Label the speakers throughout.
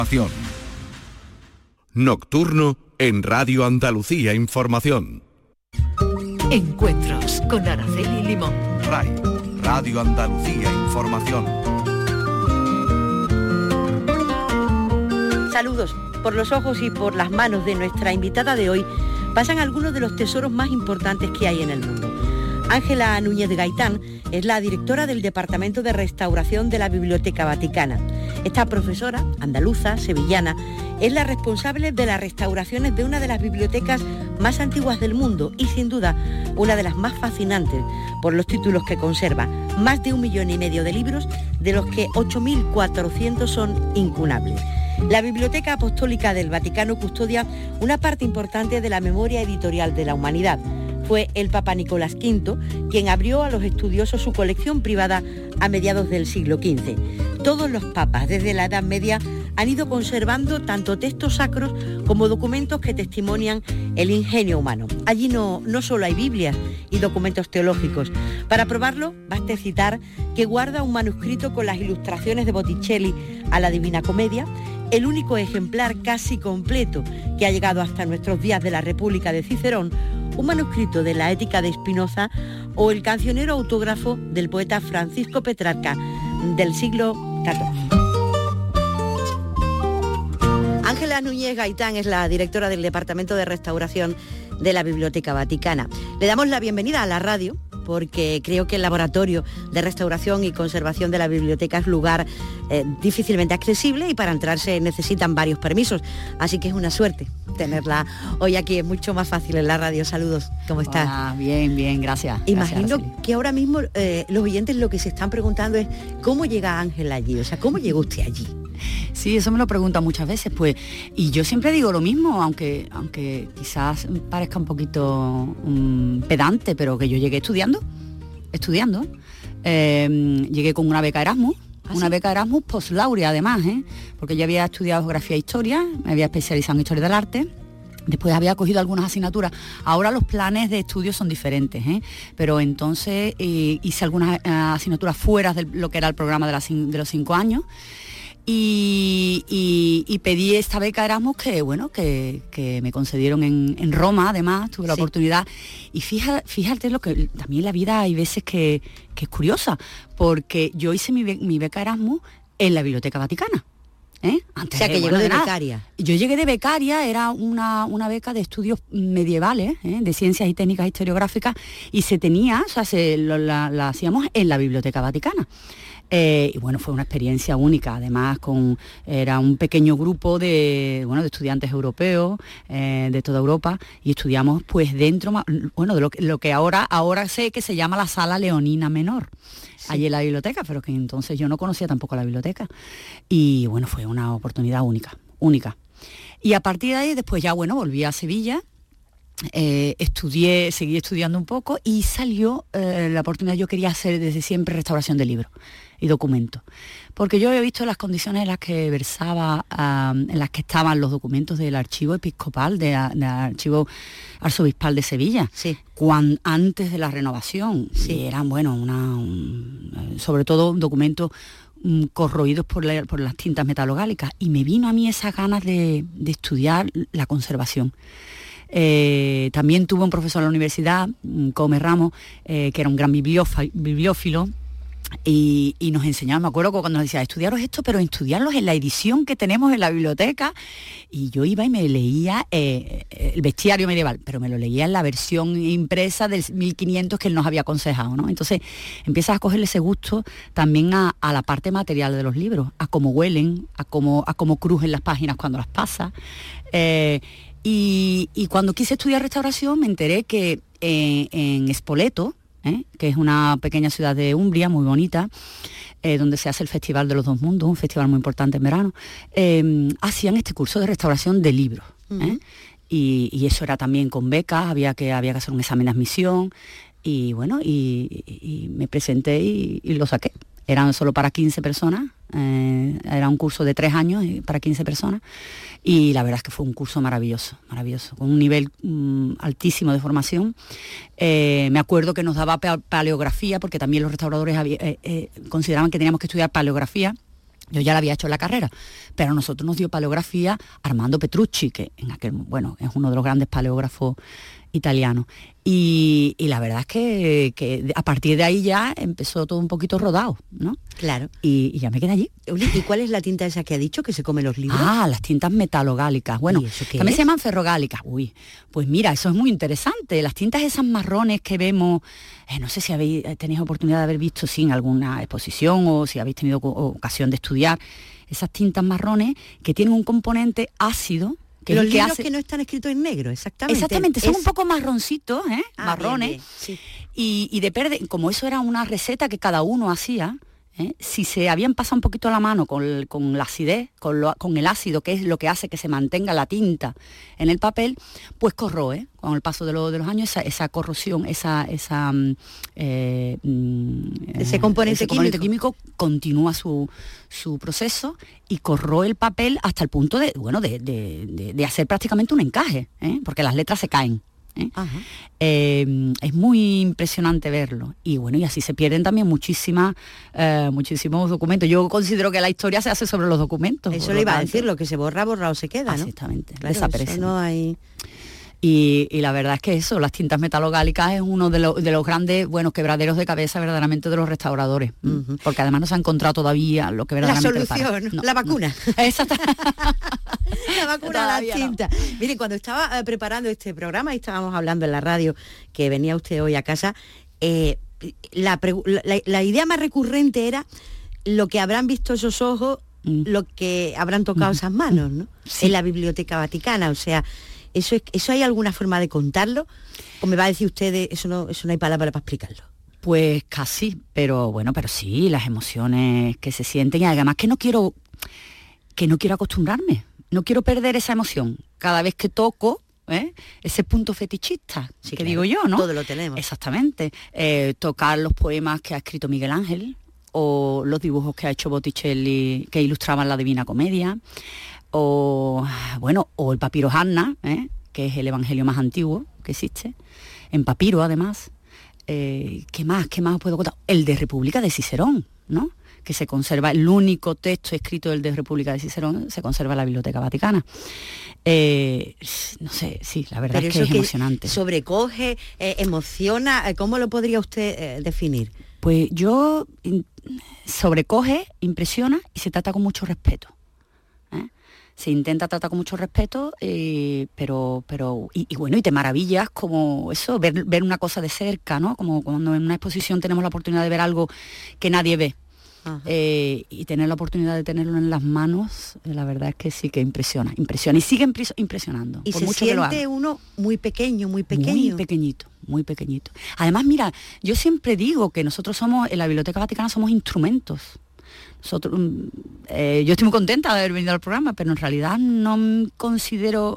Speaker 1: Nocturno en Radio Andalucía Información.
Speaker 2: Encuentros con Araceli Limón.
Speaker 1: RAI, Radio Andalucía Información.
Speaker 3: Saludos. Por los ojos y por las manos de nuestra invitada de hoy pasan algunos de los tesoros más importantes que hay en el mundo. Ángela Núñez Gaitán es la directora del Departamento de Restauración de la Biblioteca Vaticana. Esta profesora, andaluza, sevillana, es la responsable de las restauraciones de una de las bibliotecas más antiguas del mundo y, sin duda, una de las más fascinantes por los títulos que conserva. Más de 1,5 millones de libros, de los que 8.400 son incunables. La Biblioteca Apostólica del Vaticano custodia una parte importante de la memoria editorial de la humanidad. Fue el Papa Nicolás V quien abrió a los estudiosos su colección privada a mediados del siglo XV. Todos los papas, desde la Edad Media, han ido conservando tanto textos sacros como documentos que testimonian el ingenio humano. Allí no solo hay Biblias y documentos teológicos. Para probarlo, basta citar que guarda un manuscrito con las ilustraciones de Botticelli a la Divina Comedia, el único ejemplar casi completo que ha llegado hasta nuestros días de la República de Cicerón, un manuscrito de la Ética de Spinoza o el cancionero autógrafo del poeta Francisco Petrarca del siglo XIV. Ángela Núñez Gaitán es la directora del Departamento de Restauración de la Biblioteca Vaticana. Le damos la bienvenida a la radio porque creo que el Laboratorio de Restauración y Conservación de la Biblioteca es lugar difícilmente accesible y para entrar se necesitan varios permisos. Así que es una suerte tenerla hoy aquí, es mucho más fácil en la radio. Saludos, ¿cómo estás?
Speaker 4: Hola, bien, gracias.
Speaker 3: Imagino
Speaker 4: gracias,
Speaker 3: que ahora mismo los oyentes lo que se están preguntando es ¿cómo llega Ángela allí? O sea, ¿cómo llegó usted allí?
Speaker 4: Sí, eso me lo preguntan muchas veces, pues, y yo siempre digo lo mismo, aunque quizás parezca un poquito pedante, pero que yo llegué estudiando. Llegué con una beca Erasmus. ¿Ah, una beca Erasmus post-laurea además, porque yo había estudiado geografía e historia, me había especializado en historia del arte, después había cogido algunas asignaturas. Ahora los planes de estudio son diferentes, pero entonces hice algunas asignaturas fuera de lo que era el programa de los 5 años y pedí esta beca Erasmus que me concedieron en Roma. Además tuve la oportunidad y fíjate lo que también la vida hay veces que es curiosa, porque yo hice mi beca Erasmus en la Biblioteca Vaticana. Antes,
Speaker 3: o sea, que llegó de becaria.
Speaker 4: Yo llegué de becaria, era una beca de estudios medievales, de ciencias y técnicas historiográficas, y se tenía, o sea, la hacíamos en la Biblioteca Vaticana. Y bueno, fue una experiencia única, además era un pequeño grupo de estudiantes europeos de toda Europa, y estudiamos pues dentro, de lo que ahora sé que se llama la Sala Leonina Menor, allí en la biblioteca, pero que entonces yo no conocía tampoco la biblioteca, y bueno, fue una oportunidad única. Y a partir de ahí después ya volví a Sevilla. Seguí estudiando un poco y salió la oportunidad. Yo quería hacer desde siempre restauración de libros y documentos, porque yo había visto las condiciones en las que versaba, en las que estaban los documentos del archivo episcopal, del archivo arzobispal de Sevilla, antes de la renovación, y eran sobre todo documentos corroídos por las tintas metalogálicas, y me vino a mí esas ganas de estudiar la conservación. También tuve un profesor en la universidad, Come Ramos, que era un gran bibliófilo, y nos enseñaba, me acuerdo cuando nos decía, estudiaros esto, pero estudiarlos en la edición que tenemos en la biblioteca, y yo iba y me leía el bestiario medieval, pero me lo leía en la versión impresa del 1500 que él nos había aconsejado, ¿no? Entonces empiezas a cogerle ese gusto también a la parte material de los libros, a cómo huelen, a cómo crujen las páginas cuando las pasas. Y cuando quise estudiar restauración me enteré que en Spoleto, que es una pequeña ciudad de Umbria muy bonita, donde se hace el Festival de los Dos Mundos, un festival muy importante en verano, hacían este curso de restauración de libros. Y eso era también con becas, había que hacer un examen de admisión, y bueno, y me presenté y lo saqué. Eran solo para 15 personas, era un curso de 3 años para 15 personas, y la verdad es que fue un curso maravilloso, con un nivel altísimo de formación. Me acuerdo que nos daba paleografía, porque también los restauradores consideraban que teníamos que estudiar paleografía. Yo ya la había hecho en la carrera, pero a nosotros nos dio paleografía Armando Petrucci, que es uno de los grandes paleógrafos italianos. Y la verdad es que a partir de ahí ya empezó todo un poquito rodado, ¿no?
Speaker 3: Claro.
Speaker 4: Y ya me quedé allí.
Speaker 3: ¿Y cuál es la tinta esa que ha dicho que se come los libros?
Speaker 4: Ah, las tintas metalogálicas. Bueno, también se llaman ferrogálicas. Uy, pues mira, eso es muy interesante. Las tintas esas marrones que vemos, no sé si habéis tenido oportunidad de haber visto en alguna exposición o si habéis tenido ocasión de estudiar, esas tintas marrones que tienen un componente ácido. Que
Speaker 3: los libros que no están escritos en negro, exactamente.
Speaker 4: Exactamente, son un poco marroncitos, marrones.
Speaker 3: Bien, sí.
Speaker 4: Y depende, como eso era una receta que cada uno hacía, si se habían pasado un poquito la mano con la acidez, con el ácido, que es lo que hace que se mantenga la tinta en el papel, pues corroe, con el paso de los años, esa corrosión, ese componente químico continúa su proceso y corroe el papel hasta el punto de hacer prácticamente un encaje, porque las letras se caen. Es muy impresionante verlo y así se pierden también muchísimos documentos. Yo considero que la historia se hace sobre los documentos.
Speaker 3: Eso le iba a decir, lo que se borra, borrado se queda, ¿no?
Speaker 4: Exactamente,
Speaker 3: claro,
Speaker 4: desaparece.
Speaker 3: No hay...
Speaker 4: Y la verdad es que eso, las tintas metalogálicas es uno de los grandes, quebraderos de cabeza verdaderamente de los restauradores, porque además no se ha encontrado todavía lo que verdaderamente
Speaker 3: la solución, la vacuna.
Speaker 4: Exacto.
Speaker 3: La vacuna a la tinta. No. Miren, cuando estaba preparando este programa y estábamos hablando en la radio, que venía usted hoy a casa, la idea más recurrente era lo que habrán visto esos ojos, lo que habrán tocado esas manos, ¿no?
Speaker 4: Sí.
Speaker 3: En la Biblioteca Vaticana, o sea... ¿Eso hay alguna forma de contarlo? ¿O me va a decir usted, eso no hay palabra para explicarlo?
Speaker 4: Pues casi, pero sí, las emociones que se sienten y además que no quiero acostumbrarme, no quiero perder esa emoción. Cada vez que toco, ese punto fetichista,
Speaker 3: sí,
Speaker 4: que
Speaker 3: claro,
Speaker 4: digo yo, ¿no?
Speaker 3: Todo lo tenemos.
Speaker 4: Exactamente. Tocar los poemas que ha escrito Miguel Ángel o los dibujos que ha hecho Botticelli que ilustraban la Divina Comedia. O el papiro Hanna, que es el evangelio más antiguo que existe, en papiro además. ¿Qué más puedo contar? El de República de Cicerón, ¿no? Que se conserva, el único texto escrito del de República de Cicerón se conserva en la Biblioteca Vaticana. No sé, sí, la verdad es que es emocionante.
Speaker 3: Sobrecoge, emociona, ¿cómo lo podría usted definir?
Speaker 4: Pues sobrecoge, impresiona y se trata con mucho respeto. Se intenta tratar con mucho respeto, pero y te maravillas como eso, ver una cosa de cerca, ¿no? Como cuando en una exposición tenemos la oportunidad de ver algo que nadie ve. Y tener la oportunidad de tenerlo en las manos, la verdad es que sí que impresiona y sigue impresionando.
Speaker 3: Y
Speaker 4: por
Speaker 3: se
Speaker 4: mucho que lo haga.
Speaker 3: siente uno muy pequeño. Muy
Speaker 4: pequeñito. Además, mira, yo siempre digo que nosotros en la Biblioteca Vaticana somos instrumentos. Yo estoy muy contenta de haber venido al programa, pero en realidad considero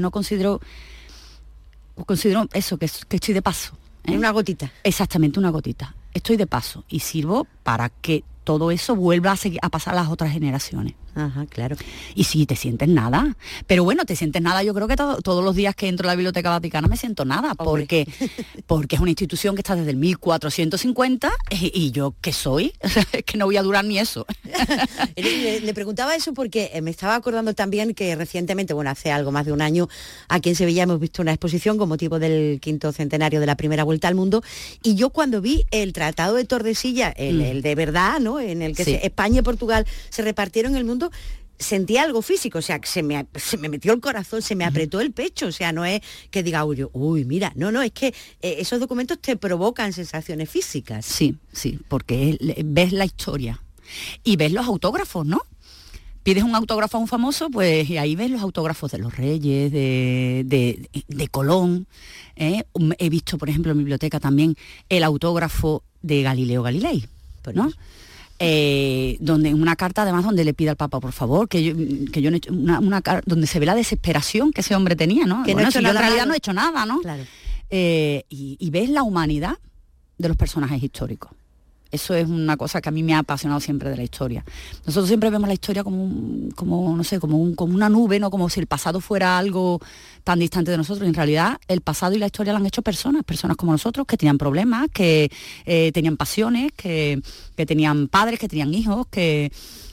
Speaker 4: eso, que estoy de paso.
Speaker 3: Una gotita.
Speaker 4: Exactamente, una gotita. Estoy de paso y sirvo para que todo eso vuelva a pasar a las otras generaciones.
Speaker 3: Ajá, claro.
Speaker 4: Y sí, te sientes nada. Pero te sientes nada, yo creo que todos los días que entro a la Biblioteca Vaticana me siento nada, porque es una institución que está desde el 1450 y yo, ¿qué soy? Es que no voy a durar ni eso.
Speaker 3: Le preguntaba eso porque me estaba acordando también que recientemente, hace algo más de un año, aquí en Sevilla hemos visto una exposición con motivo del 5º centenario de la primera vuelta al mundo, y yo cuando vi el Tratado de Tordesillas, el de verdad, ¿no? En el que
Speaker 4: sí.
Speaker 3: España y Portugal se repartieron el mundo, sentía algo físico, o sea, que se me metió el corazón, se me apretó el pecho, o sea, no es que diga, uy, mira, no, es que esos documentos te provocan sensaciones físicas.
Speaker 4: Sí, porque ves la historia y ves los autógrafos, ¿no? Pides un autógrafo a un famoso, pues y ahí ves los autógrafos de los reyes, de Colón. He visto, por ejemplo, en mi biblioteca también el autógrafo de Galileo Galilei, ¿no? Donde una carta además donde le pide al Papa, por favor, que yo no he hecho una carta donde se ve la desesperación que ese hombre tenía, ¿no?
Speaker 3: Que yo en realidad
Speaker 4: no he hecho nada, ¿no?
Speaker 3: Claro.
Speaker 4: Y ves la humanidad de los personajes históricos. Eso es una cosa que a mí me ha apasionado siempre de la historia. Nosotros siempre vemos la historia como una nube, ¿no? Como si el pasado fuera algo tan distante de nosotros. En realidad, el pasado y la historia lo han hecho personas como nosotros, que tenían problemas, que tenían pasiones, que tenían padres, que tenían hijos, que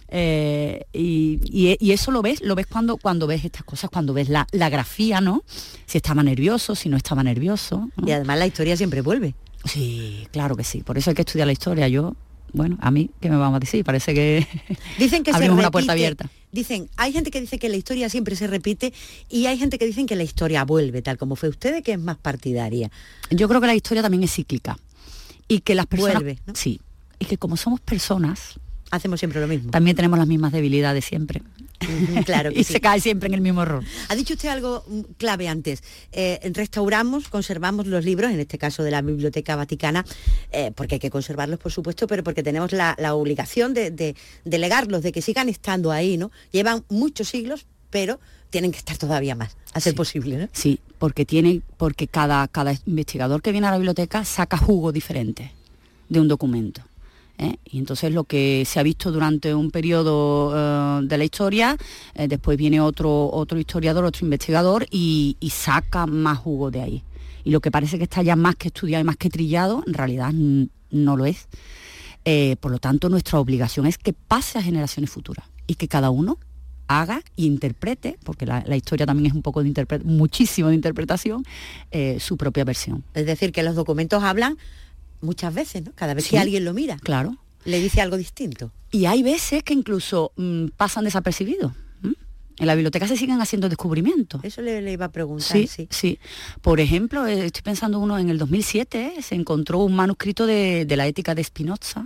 Speaker 4: Y eso lo ves cuando ves estas cosas, cuando ves la grafía, ¿no? Si estaba nervioso, si no estaba nervioso, ¿no?
Speaker 3: Y además la historia siempre vuelve.
Speaker 4: Sí, claro que sí, por eso hay que estudiar la historia. Bueno, a mí, ¿qué me vamos a decir? Parece que
Speaker 3: dicen que
Speaker 4: abrimos
Speaker 3: se
Speaker 4: una puerta abierta.
Speaker 3: Dicen, hay gente que dice que la historia siempre se repite y hay gente que dicen que la historia vuelve, tal como fue usted, que es más partidaria.
Speaker 4: Yo creo que la historia también es cíclica y que las personas...
Speaker 3: Vuelve, ¿no?
Speaker 4: Sí, y que como somos personas...
Speaker 3: Hacemos siempre lo mismo.
Speaker 4: También tenemos las mismas debilidades siempre.
Speaker 3: Claro que
Speaker 4: y
Speaker 3: sí.
Speaker 4: se cae siempre en el mismo error.
Speaker 3: Ha dicho usted algo clave antes. Restauramos, conservamos los libros, en este caso de la Biblioteca Vaticana, porque hay que conservarlos, por supuesto, pero porque tenemos la obligación de legarlos, de que sigan estando ahí, ¿no? Llevan muchos siglos, pero tienen que estar todavía más, a ser posible, ¿no?
Speaker 4: Sí, porque cada investigador que viene a la biblioteca saca jugo diferente de un documento. Y entonces lo que se ha visto durante un periodo de la historia, después viene otro historiador, otro investigador y saca más jugo de ahí. Y lo que parece que está ya más que estudiado y más que trillado, en realidad no lo es. Por lo tanto, nuestra obligación es que pase a generaciones futuras y que cada uno haga e interprete, porque la historia también es un poco muchísimo de interpretación, su propia versión.
Speaker 3: Es decir, que los documentos hablan muchas veces, ¿no? Cada vez
Speaker 4: Sí,
Speaker 3: que alguien lo mira,
Speaker 4: claro,
Speaker 3: le dice algo distinto.
Speaker 4: Y hay veces que incluso pasan desapercibidos. En la biblioteca se siguen haciendo descubrimientos.
Speaker 3: Eso le iba a preguntar,
Speaker 4: sí. Por ejemplo, estoy pensando uno en el 2007, se encontró un manuscrito de la Ética de Spinoza.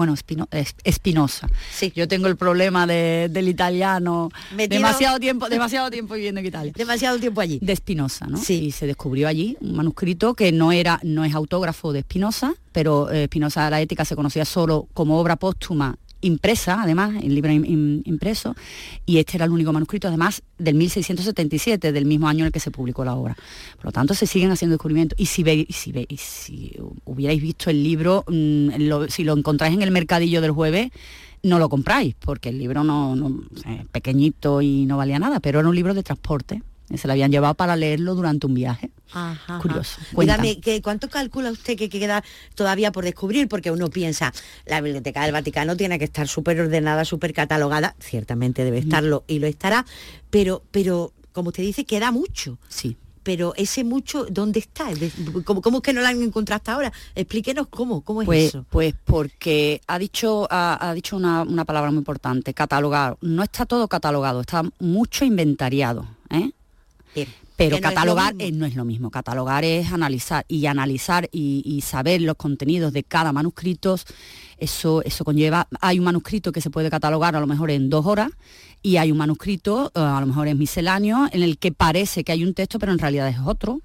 Speaker 4: Spinoza.
Speaker 3: Sí.
Speaker 4: Yo tengo el problema del italiano.
Speaker 3: Metido...
Speaker 4: demasiado tiempo viviendo en Italia.
Speaker 3: Demasiado tiempo allí.
Speaker 4: De Spinoza, ¿no?
Speaker 3: Sí.
Speaker 4: Y se descubrió allí un manuscrito que no es autógrafo de Spinoza, pero Spinoza de la Ética se conocía solo como obra póstuma impresa, además, en libro impreso, y este era el único manuscrito, además, del 1677, del mismo año en el que se publicó la obra. Por lo tanto, se siguen haciendo descubrimientos. Y si hubierais visto el libro, si lo encontráis en el mercadillo del jueves, no lo compráis, porque el libro no es pequeñito y no valía nada, pero era un libro de transporte. Se lo habían llevado para leerlo durante un viaje.
Speaker 3: Ajá,
Speaker 4: curioso.
Speaker 3: Dígame, ¿cuánto calcula usted que queda todavía por descubrir? Porque uno piensa, la Biblioteca del Vaticano tiene que estar súper ordenada, súper catalogada, ciertamente debe estarlo y lo estará, pero como usted dice, queda mucho.
Speaker 4: Sí.
Speaker 3: Pero ese mucho, ¿dónde está? ¿Cómo es que no lo han encontrado hasta ahora? Explíquenos cómo es eso.
Speaker 4: Pues porque ha dicho una palabra muy importante, catalogar. No está todo catalogado, está mucho inventariado, ¿eh?
Speaker 3: Bien.
Speaker 4: Pero
Speaker 3: Que no
Speaker 4: catalogar
Speaker 3: es
Speaker 4: no es lo mismo. Catalogar es analizar y saber los contenidos de cada manuscrito. Eso conlleva... Hay un manuscrito que se puede catalogar a lo mejor en 2 horas y hay un manuscrito, a lo mejor es misceláneo, en el que parece que hay un texto, pero en realidad es otro.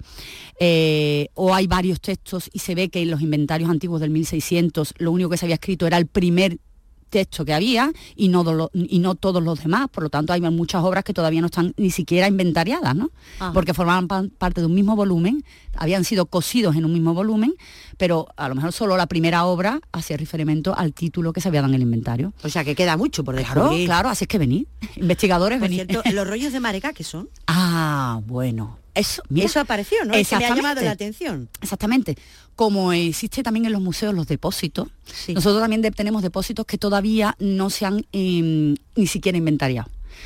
Speaker 4: O hay varios textos y se ve que en los inventarios antiguos del 1600 lo único que se había escrito era el primer texto que había y no todos los demás, por lo tanto hay muchas obras que todavía no están ni siquiera inventariadas, ¿no?
Speaker 3: Ajá.
Speaker 4: Porque formaban parte de un mismo volumen, habían sido cosidos en un mismo volumen, pero a lo mejor solo la primera obra hacía referimiento al título que se había dado en el inventario.
Speaker 3: O sea, que queda mucho por descubrir.
Speaker 4: Claro, así es que venid, investigadores,
Speaker 3: Por
Speaker 4: venid.
Speaker 3: cierto, los rollos de Marega, ¿qué son?
Speaker 4: Bueno, eso, mira,
Speaker 3: Eso apareció, ¿no? Es que me ha llamado
Speaker 4: exactamente.
Speaker 3: la atención.
Speaker 4: Exactamente. Como existe también en los museos los depósitos,
Speaker 3: Sí.
Speaker 4: nosotros también tenemos depósitos que todavía no se han ni siquiera inventariado.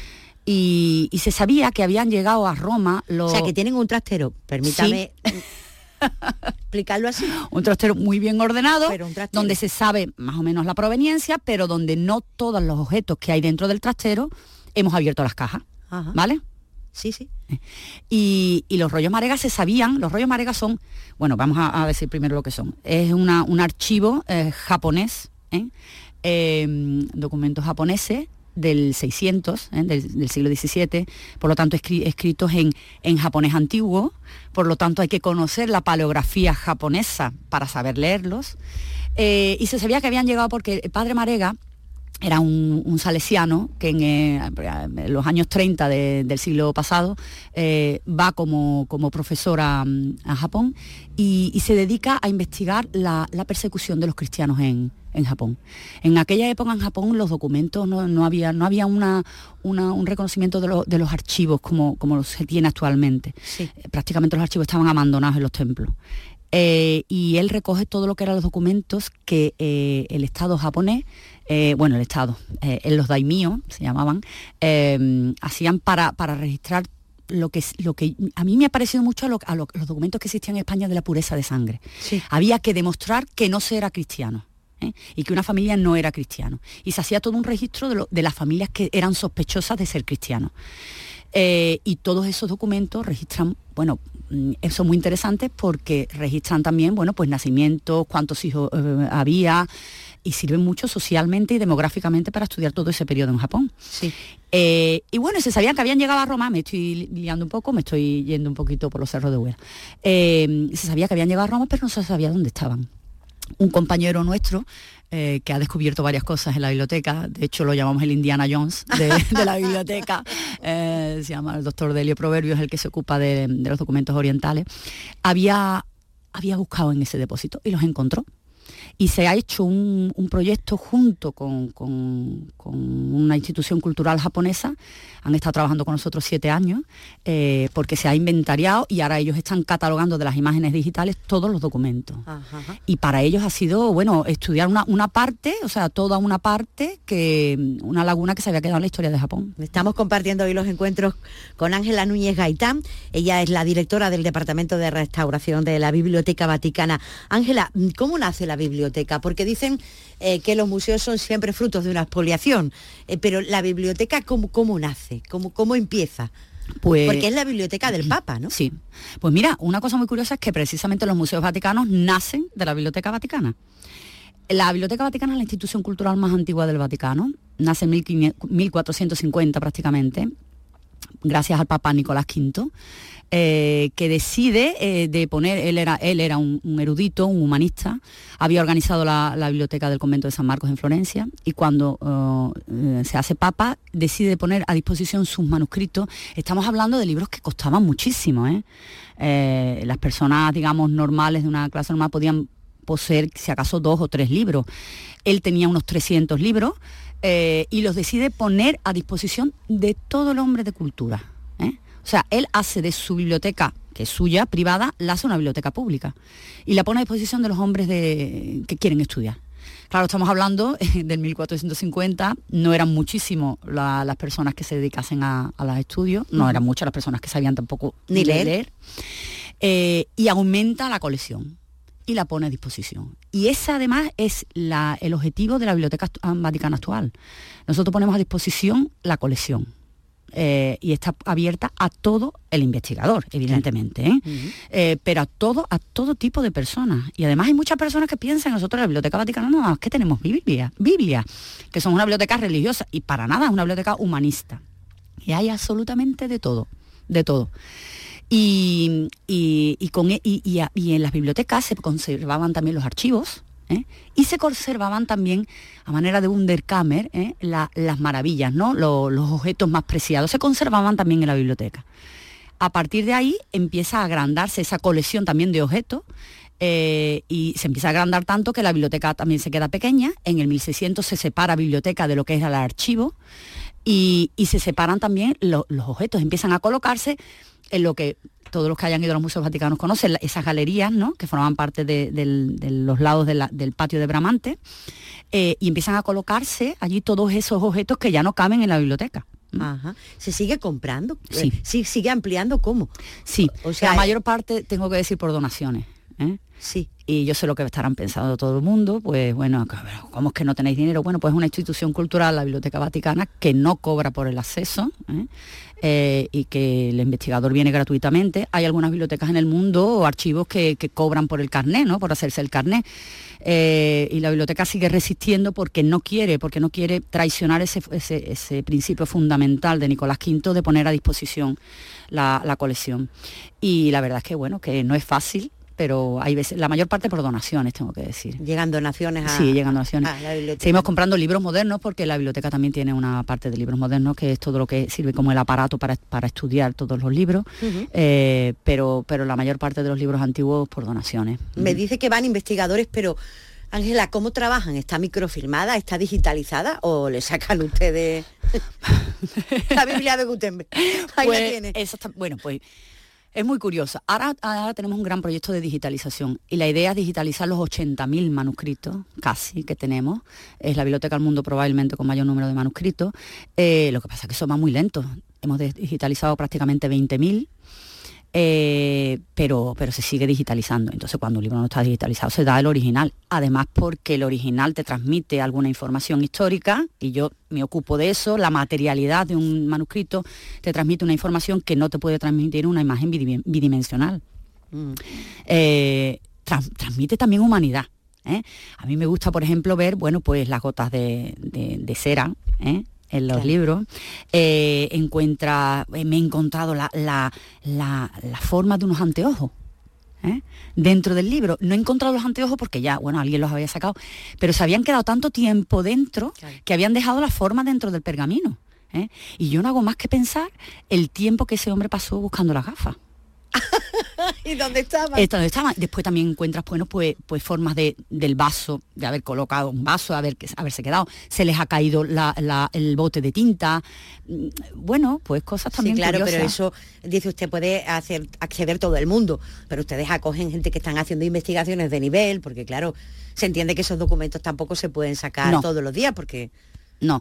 Speaker 4: Y se sabía que habían llegado a Roma los...
Speaker 3: O sea, que tienen un trastero, permítame explicarlo así.
Speaker 4: Un trastero muy bien ordenado,
Speaker 3: Pero un trastero.
Speaker 4: donde se sabe más o menos la proveniencia, pero donde no todos los objetos que hay dentro del trastero hemos abierto las cajas,
Speaker 3: Ajá.
Speaker 4: ¿vale?
Speaker 3: Sí, sí.
Speaker 4: Y los rollos Marega se sabían, los rollos Marega son, bueno, vamos a decir primero lo que son. Es un archivo japonés, documentos japoneses del 600, del siglo XVII, por lo tanto escritos en japonés antiguo, por lo tanto hay que conocer la paleografía japonesa para saber leerlos, y se sabía que habían llegado porque el padre Marega era un salesiano que en los años 30 del siglo pasado va como profesor a Japón y se dedica a investigar la persecución de los cristianos en Japón. En aquella época en Japón los documentos no había un reconocimiento de los archivos como se tiene actualmente.
Speaker 3: Sí.
Speaker 4: Prácticamente los archivos estaban abandonados en los templos. Y él recoge todo lo que eran los documentos que el Estado japonés, el Estado, los daimyo se llamaban, hacían para registrar lo que a mí me ha parecido mucho a los documentos que existían en España de la pureza de sangre.
Speaker 3: Sí.
Speaker 4: Había que demostrar que no se era cristiano. Y que una familia no era cristiano. Y se hacía todo un registro de las familias que eran sospechosas de ser cristianos. Y todos esos documentos registran, son muy interesantes porque registran también, pues nacimientos, cuántos hijos había, y sirven mucho socialmente y demográficamente para estudiar todo ese periodo en Japón.
Speaker 3: Sí.
Speaker 4: Se sabía que habían llegado a Roma, me estoy liando un poco, me estoy yendo un poquito por los cerros de Huera. Se sabía que habían llegado a Roma, pero no se sabía dónde estaban. Un compañero nuestro que ha descubierto varias cosas en la biblioteca, de hecho lo llamamos el Indiana Jones de la biblioteca, se llama el doctor Delio Proverbio, es el que se ocupa de los documentos orientales, había buscado en ese depósito y los encontró. Y se ha hecho un proyecto junto con una institución cultural japonesa. Han estado trabajando con nosotros 7 años porque se ha inventariado y ahora ellos están catalogando de las imágenes digitales todos los documentos.
Speaker 3: Ajá.
Speaker 4: Y para ellos ha sido, estudiar una parte, toda una parte, una laguna que se había quedado en la historia de Japón.
Speaker 3: Estamos compartiendo hoy los encuentros con Ángela Núñez Gaitán. Ella es la directora del Departamento de Restauración de la Biblioteca Vaticana. Ángela, ¿cómo nace la biblioteca? Porque dicen que los museos son siempre frutos de una expoliación, pero la biblioteca, ¿cómo nace? ¿Cómo empieza? Porque es la biblioteca del Papa, ¿no?
Speaker 4: Sí. Pues mira, una cosa muy curiosa es que precisamente los museos vaticanos nacen de la Biblioteca Vaticana. La Biblioteca Vaticana es la institución cultural más antigua del Vaticano, nace en 1450 prácticamente, gracias al Papa Nicolás V, que decide de poner, él era un erudito, un humanista, había organizado la biblioteca del convento de San Marcos en Florencia, y cuando se hace Papa decide poner a disposición sus manuscritos. Estamos hablando de libros que costaban muchísimo, las personas, digamos, normales, de una clase normal, podían poseer, si acaso, 2 o 3 libros. Él tenía unos 300 libros, y los decide poner a disposición de todo el hombre de cultura. O sea, él hace de su biblioteca, que es suya, privada, la hace una biblioteca pública y la pone a disposición de los hombres que quieren estudiar. Claro, estamos hablando del 1450, no eran muchísimo las personas que se dedicasen a los estudios, no eran muchas las personas que sabían tampoco
Speaker 3: ni leer.
Speaker 4: Y aumenta la colección y la pone a disposición. Y ese además es el objetivo de la Biblioteca Vaticana actual. Nosotros ponemos a disposición la colección. Y está abierta a todo el investigador, evidentemente, pero a todo tipo de personas. Y además hay muchas personas que piensan, nosotros en la Biblioteca Vaticana no, es que tenemos Biblia, que son una biblioteca religiosa, y para nada es una biblioteca humanista. Y hay absolutamente de todo. Y en las bibliotecas se conservaban también los archivos, y se conservaban también, a manera de Wunderkammer, las maravillas, ¿no? Los objetos más preciados se conservaban también en la biblioteca. A partir de ahí empieza a agrandarse esa colección también de objetos, y se empieza a agrandar tanto que la biblioteca también se queda pequeña. En el 1600 se separa biblioteca de lo que era el archivo, y se separan también los objetos, empiezan a colocarse en lo que todos los que hayan ido a los museos vaticanos conocen, esas galerías, ¿no?, que formaban parte de los lados del patio de Bramante, y empiezan a colocarse allí todos esos objetos que ya no caben en la biblioteca.
Speaker 3: Ajá. ¿Se sigue comprando?
Speaker 4: Sí.
Speaker 3: ¿Sigue ampliando? ¿Cómo?
Speaker 4: Sí,
Speaker 3: o sea,
Speaker 4: la mayor parte, tengo que decir, por donaciones.
Speaker 3: Sí.
Speaker 4: Y yo sé lo que estarán pensando todo el mundo, pues bueno, ¿cómo es que no tenéis dinero? Bueno, pues es una institución cultural, la Biblioteca Vaticana, que no cobra por el acceso, y que el investigador viene gratuitamente. Hay algunas bibliotecas en el mundo o archivos que cobran por el carné, ¿no?, por hacerse el carné. Y la biblioteca sigue resistiendo porque no quiere traicionar ese principio fundamental de Nicolás V de poner a disposición la colección. Y la verdad es que, bueno, que no es fácil, pero hay veces, la mayor parte por donaciones, tengo que decir.
Speaker 3: Llegan donaciones
Speaker 4: Sí, llegan donaciones.
Speaker 3: a la biblioteca. Seguimos
Speaker 4: comprando libros modernos porque la biblioteca también tiene una parte de libros modernos, que es todo lo que sirve como el aparato para estudiar todos los libros, pero la mayor parte de los libros antiguos por donaciones.
Speaker 3: Me dice que van investigadores, pero Ángela, ¿cómo trabajan? ¿Está microfilmada? ¿Está digitalizada? ¿O le sacan ustedes la Biblia de Gutenberg? Ahí
Speaker 4: pues,
Speaker 3: la tiene.
Speaker 4: Bueno, pues Es muy curioso. Ahora tenemos un gran proyecto de digitalización y la idea es digitalizar los 80.000 manuscritos, casi, que tenemos. Es la biblioteca del mundo probablemente con mayor número de manuscritos. Lo que pasa es que eso va muy lento. Hemos digitalizado prácticamente 20.000. Pero se sigue digitalizando. Entonces, cuando un libro no está digitalizado, se da el original. Además, porque el original te transmite alguna información histórica, y yo me ocupo de eso. La materialidad de un manuscrito te transmite una información que no te puede transmitir una imagen bidimensional. Transmite también humanidad. A mí me gusta, por ejemplo, ver, bueno, pues las gotas de cera, en los libros. Me he encontrado la forma de unos anteojos dentro del libro. No he encontrado los anteojos porque ya, bueno, alguien los había sacado, pero se habían quedado tanto tiempo dentro que habían dejado la forma dentro del pergamino. Y yo no hago más que pensar el tiempo que ese hombre pasó buscando las gafas.
Speaker 3: ¿Y dónde estaban?
Speaker 4: ¿Dónde estaban? Después también encuentras, bueno, pues formas del vaso, de haber colocado un vaso, haberse quedado. Se les ha caído el bote de tinta. Bueno, pues cosas también
Speaker 3: claro,
Speaker 4: curiosas.
Speaker 3: Pero eso, dice usted, puede acceder todo el mundo, pero ustedes acogen gente que están haciendo investigaciones de nivel, porque claro, se entiende que esos documentos tampoco se pueden sacar todos los días, porque...
Speaker 4: No,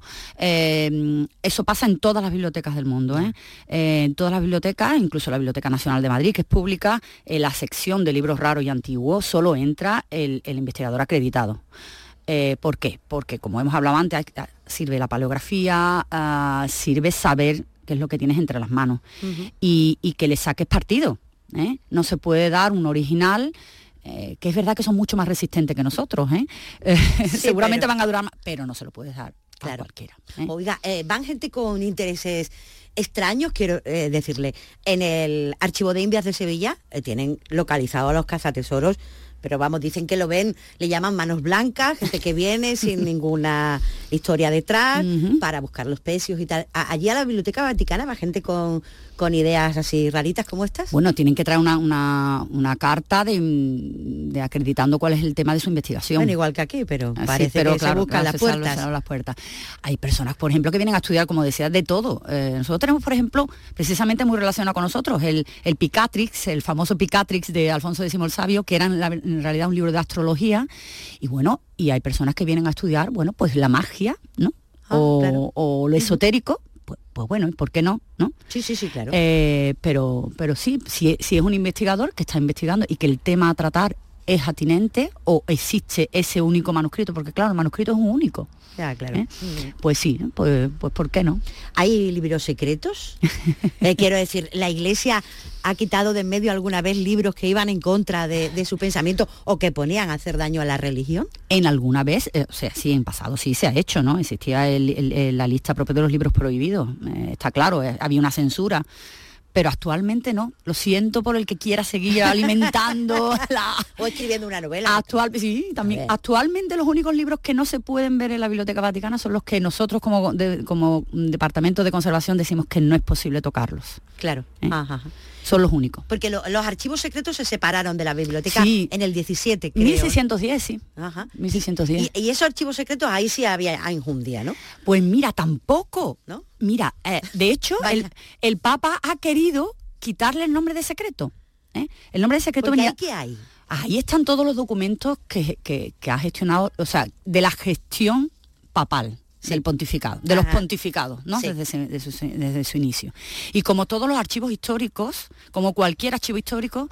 Speaker 4: eso pasa en todas las bibliotecas del mundo, en todas las bibliotecas, incluso la Biblioteca Nacional de Madrid, que es pública, la sección de libros raros y antiguos solo entra el investigador acreditado. ¿Por qué? Porque, como hemos hablado antes, sirve la paleografía, sirve saber qué es lo que tienes entre las manos y que le saques partido. No se puede dar un original... que es verdad que son mucho más resistentes que nosotros, seguramente van a durar más, pero no se lo puedes dar a cualquiera.
Speaker 3: Oiga, van gente con intereses extraños, quiero decirle. En el Archivo de Indias de Sevilla tienen localizado a los cazatesoros, pero vamos, dicen que lo ven, le llaman manos blancas, gente que viene sin ninguna historia detrás, para buscar los pecios y tal. Allí a la Biblioteca Vaticana va gente con ideas así raritas como estas.
Speaker 4: Bueno, tienen que traer una carta de acreditando cuál es el tema de su investigación.
Speaker 3: Bueno, igual que aquí, pero parece que se buscan las puertas.
Speaker 4: Hay personas, por ejemplo, que vienen a estudiar, como decías, de todo. Nosotros tenemos, por ejemplo, precisamente muy relacionado con nosotros, el Picatrix, el famoso Picatrix de Alfonso X el Sabio, que era en realidad un libro de astrología, y bueno, y hay personas que vienen a estudiar, bueno, pues la magia, ¿no? O lo esotérico. Pues bueno, ¿por qué no?
Speaker 3: Sí, claro.
Speaker 4: Pero sí, si es un investigador que está investigando y que el tema a tratar es atinente o existe ese único manuscrito, porque claro, el manuscrito es un único.
Speaker 3: Ya, claro.
Speaker 4: Pues sí, pues ¿por qué no?
Speaker 3: ¿Hay libros secretos? Quiero decir, ¿la Iglesia ha quitado de en medio alguna vez libros que iban en contra de su pensamiento o que ponían a hacer daño a la religión?
Speaker 4: En alguna vez, o sea, sí, en pasado sí se ha hecho, ¿no? Existía la lista propia de los libros prohibidos, está claro, había una censura. Pero actualmente no. Lo siento por el que quiera seguir alimentando
Speaker 3: o escribiendo una novela.
Speaker 4: Sí, también. Actualmente los únicos libros que no se pueden ver en la Biblioteca Vaticana son los que nosotros como Departamento de Conservación decimos que no es posible tocarlos.
Speaker 3: Claro. Ajá.
Speaker 4: Son los únicos.
Speaker 3: Porque los archivos secretos se separaron de la biblioteca en el 17, creo.
Speaker 4: 1610, sí. Ajá. 1610.
Speaker 3: Y esos archivos secretos ahí sí había enjundia, ¿no?
Speaker 4: Pues mira, tampoco.
Speaker 3: ¿No?
Speaker 4: Mira, de hecho, el Papa ha querido quitarle el nombre de secreto. El nombre de secreto venía...
Speaker 3: ¿Qué hay?
Speaker 4: Ahí están todos los documentos que ha gestionado, o sea, de la gestión papal. Del pontificado, de los pontificados, ¿no? Sí. Desde su inicio. Y como todos los archivos históricos, como cualquier archivo histórico,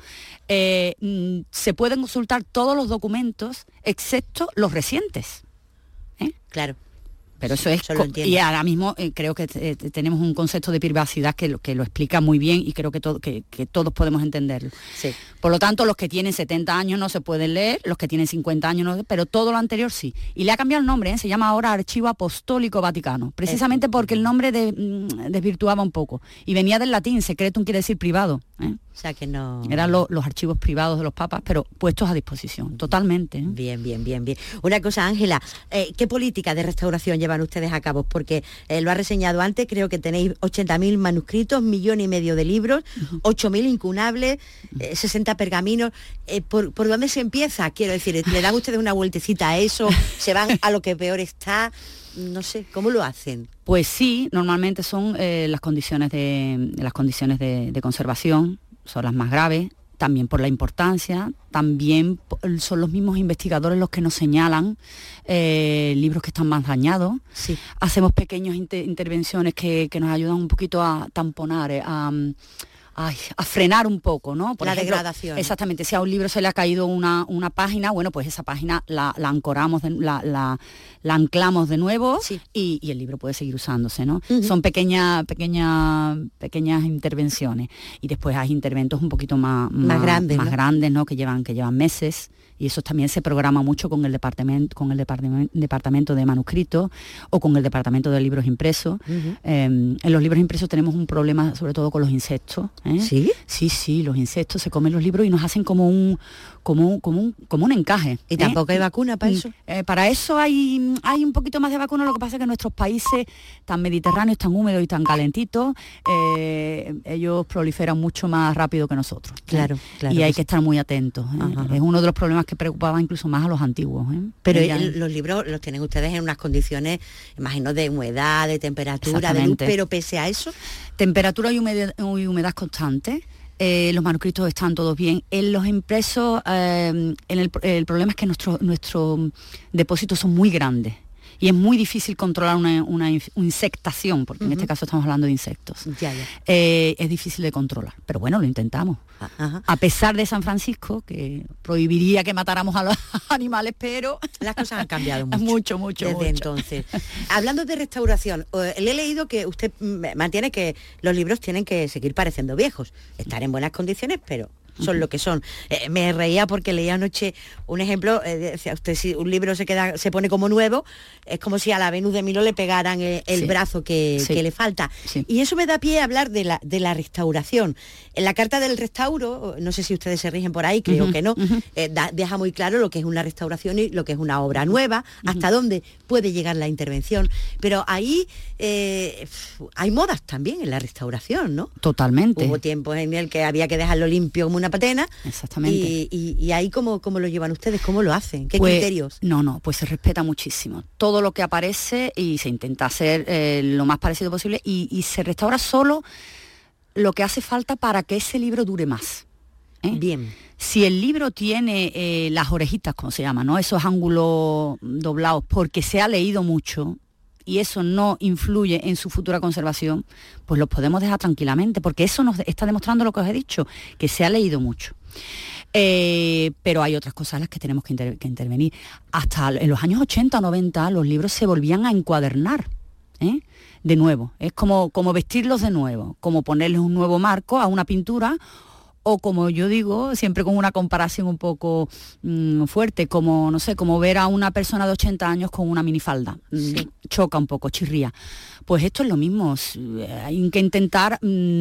Speaker 4: se pueden consultar todos los documentos, excepto los recientes.
Speaker 3: Claro.
Speaker 4: Pero eso es... Y ahora mismo creo que tenemos un concepto de privacidad que lo explica muy bien y creo que todos podemos entenderlo.
Speaker 3: Sí.
Speaker 4: Por lo tanto, los que tienen 70 años no se pueden leer, los que tienen 50 años no, pero todo lo anterior sí. Y le ha cambiado el nombre, se llama ahora Archivo Apostólico Vaticano, precisamente porque el nombre desvirtuaba un poco. Y venía del latín, secretum quiere decir privado.
Speaker 3: O sea que no...
Speaker 4: Eran los archivos privados de los papas, pero puestos a disposición, totalmente.
Speaker 3: Bien. Una cosa, Ángela, ¿qué política de restauración llevan ustedes a cabo? Porque lo ha reseñado antes, creo que tenéis 80.000 manuscritos, 1,5 millones de libros, 8.000 incunables, 60 pergaminos. ¿Por dónde se empieza? Quiero decir, ¿le dan ustedes una vueltecita a eso? ¿Se van a lo que peor está? No sé, ¿cómo lo hacen?
Speaker 4: Pues sí, normalmente son las condiciones de conservación. son las más graves, también por la importancia, también son los mismos investigadores los que nos señalan libros que están más dañados.
Speaker 3: Sí.
Speaker 4: Hacemos pequeñas intervenciones que nos ayudan un poquito a tamponar, a frenar un poco, ¿no? Por ejemplo,
Speaker 3: degradación.
Speaker 4: Exactamente, si a un libro se le ha caído una página, bueno, pues esa página la ancoramos, la anclamos de nuevo,
Speaker 3: sí,
Speaker 4: y el libro puede seguir usándose, ¿no?
Speaker 3: Uh-huh.
Speaker 4: Son pequeñas intervenciones. Y después hay interventos un poquito más
Speaker 3: grandes,
Speaker 4: más
Speaker 3: ¿no?
Speaker 4: grandes, ¿no? Que llevan meses. Y eso también se programa mucho con el departamento de manuscritos o con el departamento de libros impresos.
Speaker 3: Uh-huh.
Speaker 4: En los libros impresos tenemos un problema sobre todo con los insectos.
Speaker 3: ¿Sí?
Speaker 4: Sí, los insectos se comen los libros y nos hacen como un encaje.
Speaker 3: ¿Y tampoco hay vacuna para eso?
Speaker 4: Para eso hay un poquito más de vacuna, lo que pasa es que nuestros países tan mediterráneos, tan húmedos y tan calentitos, ellos proliferan mucho más rápido que nosotros.
Speaker 3: Claro.
Speaker 4: Y hay que estar muy atentos. Es uno de los problemas que preocupaba incluso más a los antiguos.
Speaker 3: Pero los libros los tienen ustedes en unas condiciones, imagino, de humedad, de temperatura, de luz, pero pese a eso...
Speaker 4: Temperatura y humedad constante. Los manuscritos están todos bien. En los impresos, el problema es que nuestros depósitos son muy grandes y es muy difícil controlar una insectación, porque en este caso estamos hablando de insectos.
Speaker 3: Ya.
Speaker 4: Es difícil de controlar, pero bueno, lo intentamos.
Speaker 3: Ajá.
Speaker 4: A pesar de San Francisco, que prohibiría que matáramos a los animales, pero...
Speaker 3: Las cosas han cambiado mucho.
Speaker 4: mucho.
Speaker 3: Desde entonces. Hablando de restauración, le he leído que usted mantiene que los libros tienen que seguir pareciendo viejos, estar en buenas condiciones, pero son lo que son. Me reía porque leía anoche un ejemplo, decía usted, si un libro se pone como nuevo, es como si a la Venus de Milo le pegaran el brazo que le falta.
Speaker 4: Sí.
Speaker 3: Y eso me da pie a hablar de la restauración. En la Carta del Restauro, no sé si ustedes se rigen por ahí, creo que no, deja muy claro lo que es una restauración y lo que es una obra nueva, hasta dónde puede llegar la intervención. Pero ahí hay modas también en la restauración, ¿no?
Speaker 4: Totalmente.
Speaker 3: Hubo tiempos en el que había que dejarlo limpio como una patena.
Speaker 4: Exactamente.
Speaker 3: Y ahí ¿cómo lo llevan ustedes? ¿Cómo lo hacen? ¿Qué criterios?
Speaker 4: Pues se respeta muchísimo todo lo que aparece y se intenta hacer lo más parecido posible y se restaura solo lo que hace falta para que ese libro dure más.
Speaker 3: Bien.
Speaker 4: Si el libro tiene las orejitas, como se llama, ¿no? Esos ángulos doblados, porque se ha leído mucho y eso no influye en su futura conservación, pues los podemos dejar tranquilamente, porque eso nos está demostrando lo que os he dicho, que se ha leído mucho. Pero hay otras cosas en las que tenemos que intervenir. Hasta en los años 80 o 90 los libros se volvían a encuadernar, de nuevo. Es como vestirlos de nuevo, como ponerles un nuevo marco a una pintura, o como yo digo, siempre con una comparación un poco fuerte, como, no sé, como ver a una persona de 80 años con una minifalda.
Speaker 3: Sí.
Speaker 4: Choca un poco, chirría. Pues esto es lo mismo. Hay que intentar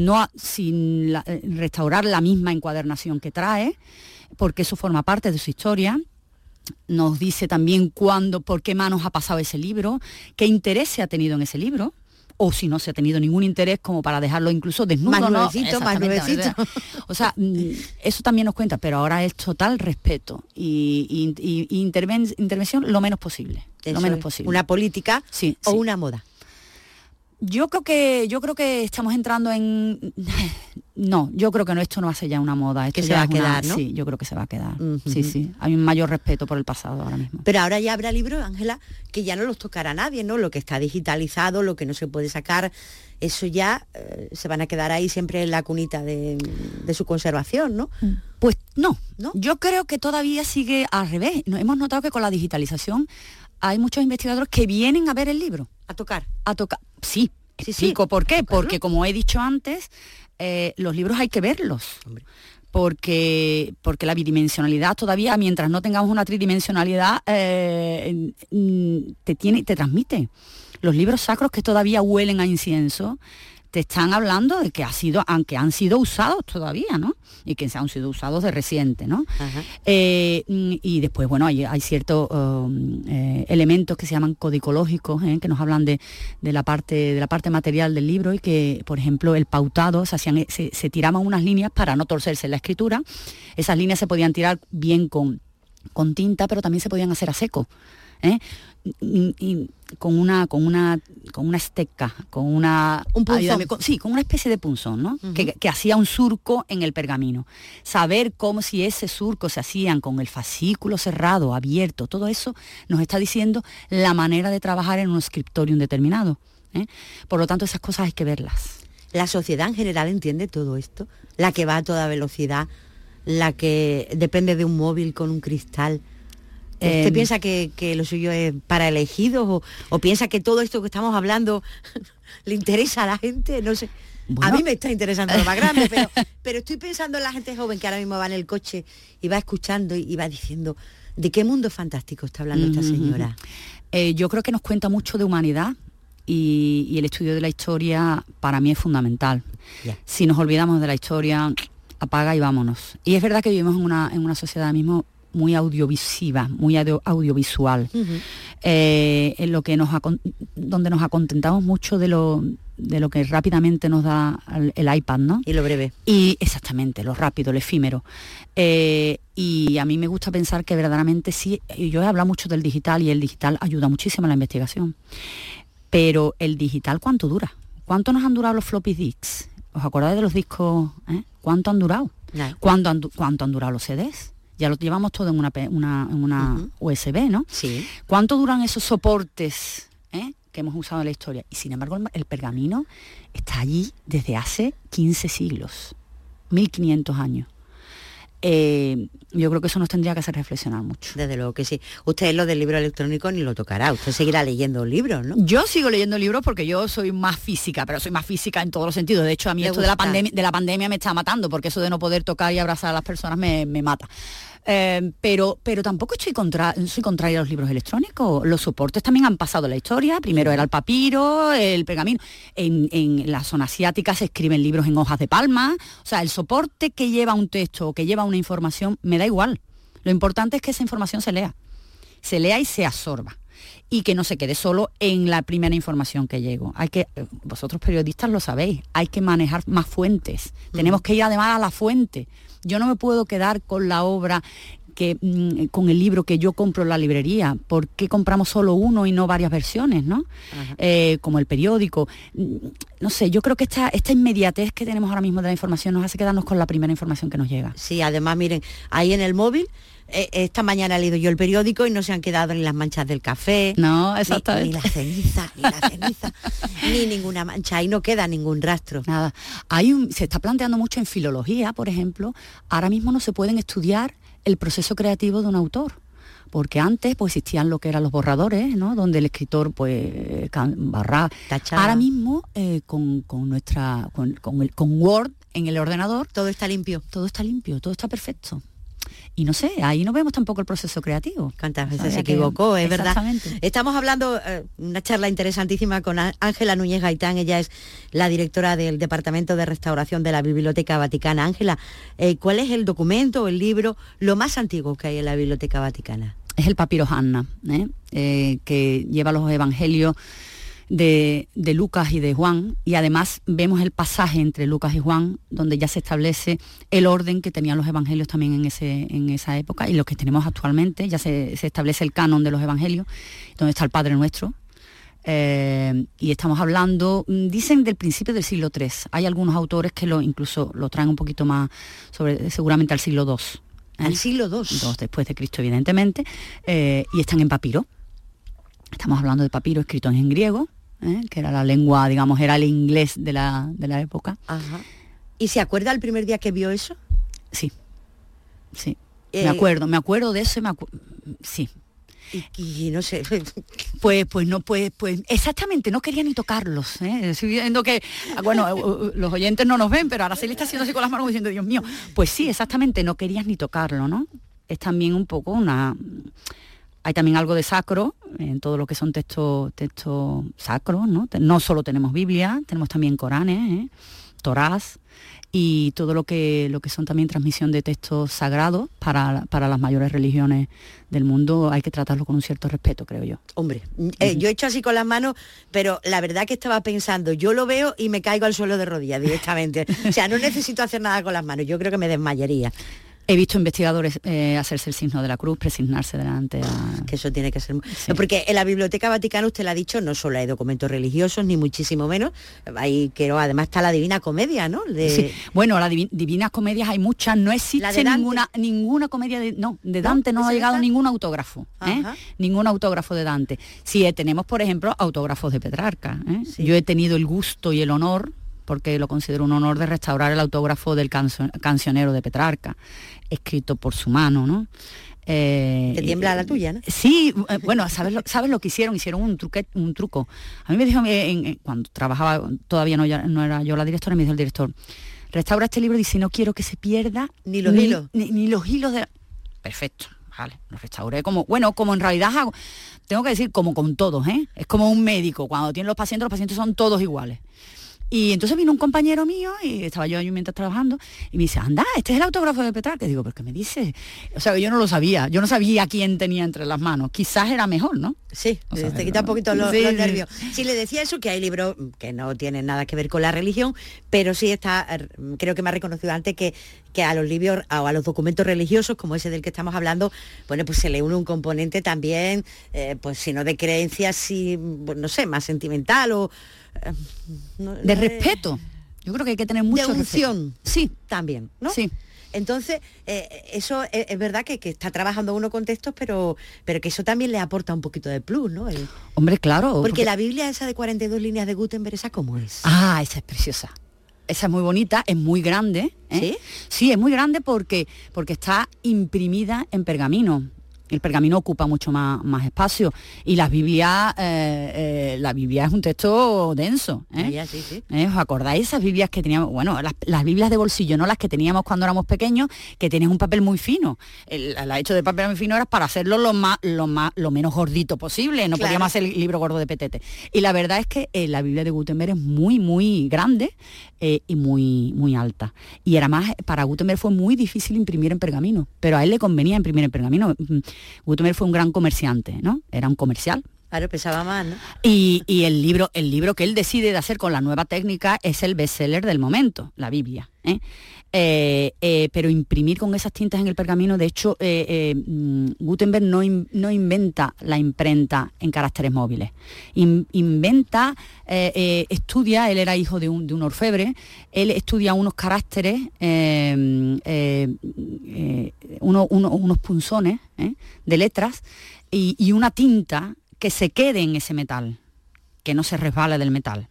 Speaker 4: restaurar la misma encuadernación que trae, porque eso forma parte de su historia. Nos dice también por qué manos ha pasado ese libro, qué interés se ha tenido en ese libro, o si no se ha tenido ningún interés como para dejarlo incluso desnudo.
Speaker 3: Más
Speaker 4: nuevecito. O sea, eso también nos cuenta, pero ahora es total respeto y intervención lo menos posible.
Speaker 3: Eso
Speaker 4: lo menos
Speaker 3: es.
Speaker 4: posible.
Speaker 3: Una política o una moda.
Speaker 4: Yo creo que estamos entrando en... No, yo creo que esto no va a ser ya una moda. Esto
Speaker 3: que se va a quedar, ¿no?
Speaker 4: Sí, yo creo que se va a quedar.
Speaker 3: Uh-huh.
Speaker 4: Sí. Hay un mayor respeto por el pasado ahora mismo.
Speaker 3: Pero ahora ya habrá libros, Ángela, que ya no los tocará nadie, ¿no? Lo que está digitalizado, lo que no se puede sacar, eso ya se van a quedar ahí siempre en la cunita de su conservación, ¿no?
Speaker 4: Pues no. Yo creo que todavía sigue al revés. Hemos notado que con la digitalización hay muchos investigadores que vienen a ver el libro.
Speaker 3: A tocar.
Speaker 4: Sí, explico por qué. Porque como he dicho antes, los libros hay que verlos. Hombre. Porque la bidimensionalidad todavía, mientras no tengamos una tridimensionalidad, te transmite. Los libros sacros que todavía huelen a incienso te están hablando de que aunque han sido usados todavía, ¿no? Y que se han sido usados de reciente, ¿no? Y después, bueno, hay ciertos elementos que se llaman codicológicos, que nos hablan de la parte material del libro, y que, por ejemplo, el pautado, se tiraban unas líneas para no torcerse en la escritura. Esas líneas se podían tirar bien con tinta, pero también se podían hacer a seco. con una esteca, con una...
Speaker 3: Un punzón.
Speaker 4: Con una especie de punzón, ¿no?
Speaker 3: Uh-huh.
Speaker 4: Que hacía un surco en el pergamino. Saber cómo, si ese surco se hacían con el fascículo cerrado, abierto, todo eso nos está diciendo la manera de trabajar en un scriptorium determinado, ¿eh? Por lo tanto, esas cosas hay que verlas.
Speaker 3: ¿La sociedad en general entiende todo esto? La que va a toda velocidad, la que depende de un móvil con un cristal. ¿Usted piensa que lo suyo es para elegidos o piensa que todo esto que estamos hablando le interesa a la gente? No sé. Bueno. A mí me está interesando lo más grande, pero estoy pensando en la gente joven que ahora mismo va en el coche y va escuchando y va diciendo, ¿de qué mundo fantástico está hablando esta señora?
Speaker 4: Yo creo que nos cuenta mucho de humanidad y el estudio de la historia para mí es fundamental. Yeah. Si nos olvidamos de la historia, apaga y vámonos. Y es verdad que vivimos en una sociedad mismo muy audiovisiva, muy audiovisual, uh-huh. En lo que donde nos acontentamos mucho de lo que rápidamente nos da el iPad, ¿no?
Speaker 3: Y lo breve.
Speaker 4: Y exactamente, lo rápido, lo efímero. Y a mí me gusta pensar que verdaderamente sí, yo he hablado mucho del digital y el digital ayuda muchísimo a la investigación. Pero el digital, ¿cuánto dura? ¿Cuánto nos han durado los floppy disks? ¿Os acordáis de los discos? ¿Cuánto han durado?
Speaker 3: No.
Speaker 4: ¿Cuánto han durado los CDs? Ya lo llevamos todo en una uh-huh. USB, ¿no?
Speaker 3: Sí.
Speaker 4: ¿Cuánto duran esos soportes que hemos usado en la historia? Y sin embargo el pergamino está allí desde hace 15 siglos, 1500 años. Yo creo que eso nos tendría que hacer reflexionar mucho.
Speaker 3: Desde luego que sí. Usted lo del libro electrónico ni lo tocará, usted seguirá leyendo libros, ¿no?
Speaker 4: Yo sigo leyendo libros porque yo soy más física, pero soy más física en todos los sentidos. De hecho, a mí esto de la pandemia me está matando, porque eso de no poder tocar y abrazar a las personas me mata. Pero tampoco soy contraria a los libros electrónicos. Los soportes también han pasado la historia. Primero era el papiro, el pergamino. En la zona asiática se escriben libros en hojas de palma. O sea, el soporte que lleva un texto o que lleva una información me da igual. Lo importante es que esa información se lea y se absorba. Y que no se quede solo en la primera información que llegó. Vosotros periodistas lo sabéis, hay que manejar más fuentes. Tenemos que ir además a la fuente. Yo no me puedo quedar con la obra, con el libro que yo compro en la librería. ¿Por qué compramos solo uno y no varias versiones, no? Como el periódico. No sé, yo creo que esta inmediatez que tenemos ahora mismo de la información nos hace quedarnos con la primera información que nos llega.
Speaker 3: Sí, además, miren, ahí en el móvil... esta mañana he leído yo el periódico y no se han quedado ni las manchas del café.
Speaker 4: No, exactamente.
Speaker 3: Ni la ceniza, ni ninguna mancha. Ahí no queda ningún rastro.
Speaker 4: Nada. Se está planteando mucho en filología, por ejemplo. Ahora mismo no se pueden estudiar el proceso creativo de un autor. Porque antes pues existían lo que eran los borradores, ¿no? Donde el escritor pues barra.
Speaker 3: Tachaba.
Speaker 4: Ahora mismo con Word en el ordenador.
Speaker 3: Todo está limpio.
Speaker 4: Todo está limpio, todo está perfecto. Y no sé, ahí no vemos tampoco el proceso creativo.
Speaker 3: ¿Cuántas veces se equivocó? Es verdad. Estamos hablando, una charla interesantísima con Ángela Núñez Gaitán. Ella es la directora del Departamento de Restauración de la Biblioteca Vaticana. Ángela, ¿cuál es el documento o el libro lo más antiguo que hay en la Biblioteca Vaticana?
Speaker 4: Es el Papiro Hanna, que lleva los evangelios de Lucas y de Juan, y además vemos el pasaje entre Lucas y Juan donde ya se establece el orden que tenían los evangelios también en esa época, y los que tenemos actualmente. Ya se establece el canon de los evangelios, donde está el Padre Nuestro, y estamos hablando, dicen, del principio del siglo III. Hay algunos autores que incluso lo traen un poquito más seguramente al siglo II.
Speaker 3: ¿Al siglo II?
Speaker 4: II después de Cristo, evidentemente, y están en papiro. Estamos hablando de papiro escrito en griego, que era la lengua, digamos, era el inglés de la época.
Speaker 3: Ajá. ¿Y se acuerda el primer día que vio eso?
Speaker 4: Sí. Me acuerdo de eso y sí.
Speaker 3: Y no sé.
Speaker 4: Pues exactamente, no quería ni tocarlos. Estoy viendo que, bueno, los oyentes no nos ven, pero ahora se le está haciendo así con las manos diciendo, Dios mío. Pues sí, exactamente, no querías ni tocarlo, ¿no? Es también un poco hay también algo de sacro en todo lo que son textos sacros, ¿no? No solo tenemos Biblia, tenemos también Coranes, Torás, y todo lo que son también transmisión de textos sagrados para las mayores religiones del mundo. Hay que tratarlo con un cierto respeto, creo yo.
Speaker 3: Hombre, yo he hecho así con las manos, pero la verdad que estaba pensando, yo lo veo y me caigo al suelo de rodillas directamente. O sea, no necesito hacer nada con las manos, yo creo que me desmayaría.
Speaker 4: He visto investigadores hacerse el signo de la cruz, presignarse delante a...
Speaker 3: Que eso tiene que ser...
Speaker 4: Sí.
Speaker 3: No, porque en la Biblioteca Vaticana, usted lo ha dicho, no solo hay documentos religiosos, ni muchísimo menos. Además está la Divina Comedia, ¿no?
Speaker 4: Sí. Bueno, las Divinas Comedias hay muchas, no existe ninguna comedia de Dante, no ha llegado ningún autógrafo, ningún autógrafo de Dante. Sí, tenemos, por ejemplo, autógrafos de Petrarca. Sí. Yo he tenido el gusto y el honor, porque lo considero un honor, de restaurar el autógrafo del cancionero de Petrarca, escrito por su mano, ¿no?
Speaker 3: Te tiembla la tuya, ¿no?
Speaker 4: Sí, bueno, ¿sabes lo que hicieron? Hicieron un truco. A mí me dijo, cuando trabajaba, todavía no era yo la directora, me dijo el director, restaura este libro y dice, no quiero que se pierda
Speaker 3: ni los hilos.
Speaker 4: Ni los hilos de... Perfecto, vale, lo restauré como en realidad hago, tengo que decir, como con todos, es como un médico, cuando tiene los pacientes son todos iguales. Y entonces vino un compañero mío, y estaba yo mientras trabajando, y me dice, anda, este es el autógrafo de Petrarca. Y digo, ¿pero qué me dices? O sea, yo no lo sabía, yo no sabía quién tenía entre las manos. Quizás era mejor, ¿no?
Speaker 3: Sí, o sea, te quita un poquito los nervios. Sí, le decía eso, que hay libros que no tienen nada que ver con la religión, pero sí está, creo que me ha reconocido antes que a los libros o a los documentos religiosos, como ese del que estamos hablando, bueno, pues se le une un componente también, pues si no de creencias, sí, pues, no sé, más sentimental o...
Speaker 4: de respeto. Yo creo que hay que tener mucho
Speaker 3: de unción.
Speaker 4: Respeto. Sí,
Speaker 3: también, ¿no?
Speaker 4: Sí.
Speaker 3: Entonces, eso es verdad que está trabajando uno con textos, pero que eso también le aporta un poquito de plus, ¿no?
Speaker 4: Hombre, claro.
Speaker 3: Porque la Biblia esa de 42 líneas de Gutenberg, ¿esa cómo es?
Speaker 4: Ah, esa es preciosa. Esa es muy bonita, es muy grande.
Speaker 3: ¿Sí?
Speaker 4: Sí, es muy grande porque está imprimida en pergamino. El pergamino ocupa mucho más espacio y la Biblia es un texto denso.
Speaker 3: Sí.
Speaker 4: ¿Os acordáis esas Biblias que teníamos? Bueno, las Biblias de bolsillo, no las que teníamos cuando éramos pequeños, que tenían un papel muy fino. El hecho de papel muy fino era para hacerlo lo menos gordito posible, no podíamos hacer el libro gordo de petete. Y la verdad es que la Biblia de Gutenberg es muy, muy grande y muy, muy alta. Y además para Gutenberg fue muy difícil imprimir en pergamino, pero a él le convenía imprimir en pergamino. Gutenberg fue un gran comerciante, ¿no? Era un comercial.
Speaker 3: Claro, pesaba más, ¿no?
Speaker 4: Y el libro que él decide de hacer con la nueva técnica es el bestseller del momento, la Biblia. Pero imprimir con esas tintas en el pergamino, de hecho, Gutenberg no inventa la imprenta en caracteres móviles. Inventa, estudia, él era hijo de un orfebre, él estudia unos caracteres, unos punzones de letras y una tinta que se quede en ese metal, que no se resbale del metal.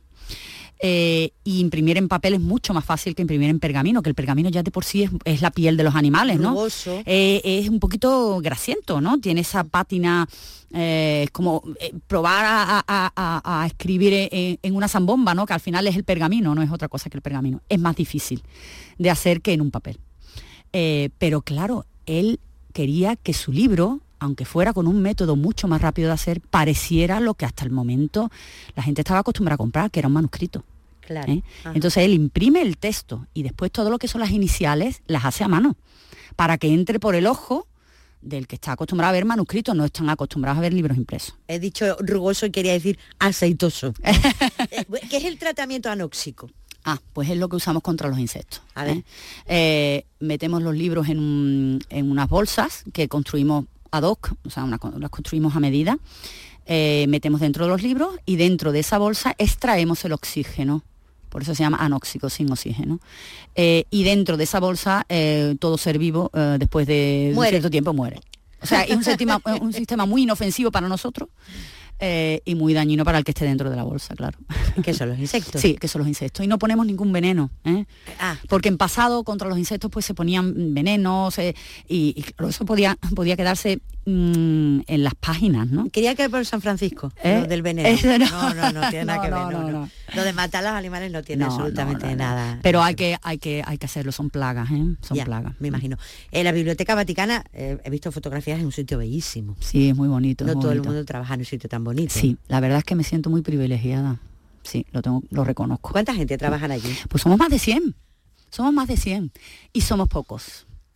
Speaker 4: Y imprimir en papel es mucho más fácil que imprimir en pergamino, que el pergamino ya de por sí es la piel de los animales, ¿no?
Speaker 3: Rugoso.
Speaker 4: Es un poquito grasiento, ¿no? Tiene esa pátina, como probar a escribir en una zambomba, ¿no? Que al final es el pergamino, no es otra cosa que el pergamino. Es más difícil de hacer que en un papel. Pero claro, él quería que su libro, aunque fuera con un método mucho más rápido de hacer, pareciera lo que hasta el momento la gente estaba acostumbrada a comprar, que era un manuscrito.
Speaker 3: Claro.
Speaker 4: Entonces él imprime el texto y después todo lo que son las iniciales las hace a mano, para que entre por el ojo del que está acostumbrado a ver manuscritos, no están acostumbrados a ver libros impresos.
Speaker 3: He dicho rugoso y quería decir aceitoso. ¿Qué es el tratamiento anóxico?
Speaker 4: Pues es lo que usamos contra los insectos.
Speaker 3: A ver.
Speaker 4: Metemos los libros en unas bolsas que construimos ad hoc, o sea, las construimos a medida, metemos dentro de los libros y dentro de esa bolsa extraemos el oxígeno, por eso se llama anóxico, sin oxígeno. Y dentro de esa bolsa todo ser vivo después de un cierto tiempo muere. O sea, es un sistema muy inofensivo para nosotros. Y muy dañino para el que esté dentro de la bolsa, claro.
Speaker 3: ¿Qué son los insectos?
Speaker 4: Sí, que son los insectos. Y no ponemos ningún veneno, porque en pasado contra los insectos pues se ponían venenos y eso podía quedarse en las páginas, ¿no?
Speaker 3: Quería que por San Francisco, lo del veneno. No tiene nada que ver. No. Lo de matar a los animales no tiene absolutamente nada.
Speaker 4: Pero hay que hacerlo, son plagas, son plagas.
Speaker 3: Me imagino. En la Biblioteca Vaticana he visto fotografías en un sitio bellísimo.
Speaker 4: Sí, es muy bonito.
Speaker 3: No todo el mundo trabaja en un sitio tan bonito.
Speaker 4: Sí, la verdad es que me siento muy privilegiada. Sí, lo reconozco.
Speaker 3: ¿Cuánta gente trabaja allí?
Speaker 4: Pues somos más de 100. Y somos pocos.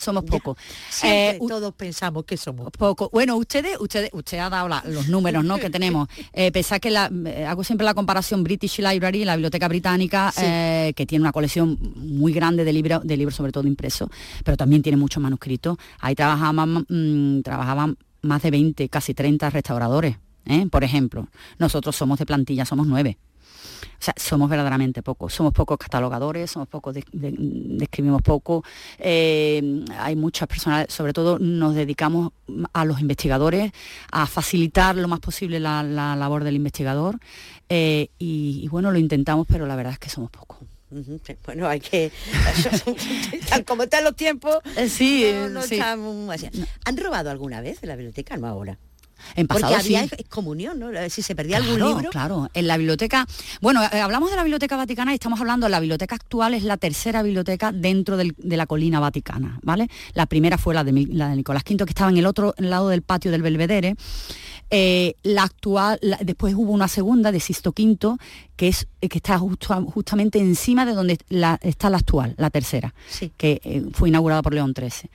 Speaker 4: somos pocos.
Speaker 3: Siempre todos pensamos que somos
Speaker 4: poco. Bueno, usted ha dado los números, ¿no? que tenemos. Pensad que hago siempre la comparación British Library, la biblioteca británica, sí. Que tiene una colección muy grande de libros sobre todo impresos, pero también tiene muchos manuscritos. Ahí trabajaban más de 20, casi 30 restauradores, por ejemplo. Nosotros somos de plantilla, somos 9. O sea, somos verdaderamente pocos. Somos pocos catalogadores, somos pocos, describimos poco. Hay muchas personas, sobre todo nos dedicamos a los investigadores, a facilitar lo más posible la labor del investigador. Y bueno, lo intentamos, pero la verdad es que somos pocos.
Speaker 3: Bueno, hay que... tal como están los tiempos...
Speaker 4: Sí,
Speaker 3: no
Speaker 4: sí.
Speaker 3: Estamos así. ¿Han robado alguna vez en la biblioteca? No ahora.
Speaker 4: En pasado,
Speaker 3: porque había
Speaker 4: sí.
Speaker 3: Excomunión, ¿no? Si se perdía algún libro.
Speaker 4: Claro, en la biblioteca... Bueno, hablamos de la Biblioteca Vaticana y estamos hablando de la biblioteca actual, es la tercera biblioteca dentro de la colina vaticana, ¿vale? La primera fue la de Nicolás V, que estaba en el otro lado del patio del Belvedere. La actual, después hubo una segunda de Sixto V, que está justamente encima de donde está la actual, la tercera, sí. Que fue inaugurada por León XIII.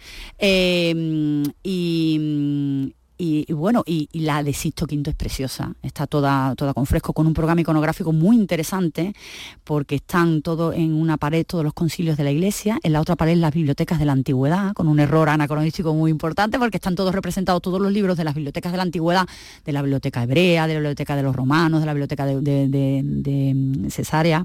Speaker 4: Y bueno, y la de Sixto V es preciosa, está toda con fresco, con un programa iconográfico muy interesante, porque están todos en una pared, todos los concilios de la Iglesia, en la otra pared las bibliotecas de la antigüedad, con un error anacronístico muy importante, porque están todos representados, todos los libros de las bibliotecas de la antigüedad, de la biblioteca hebrea, de la biblioteca de los romanos, de la biblioteca de Cesarea.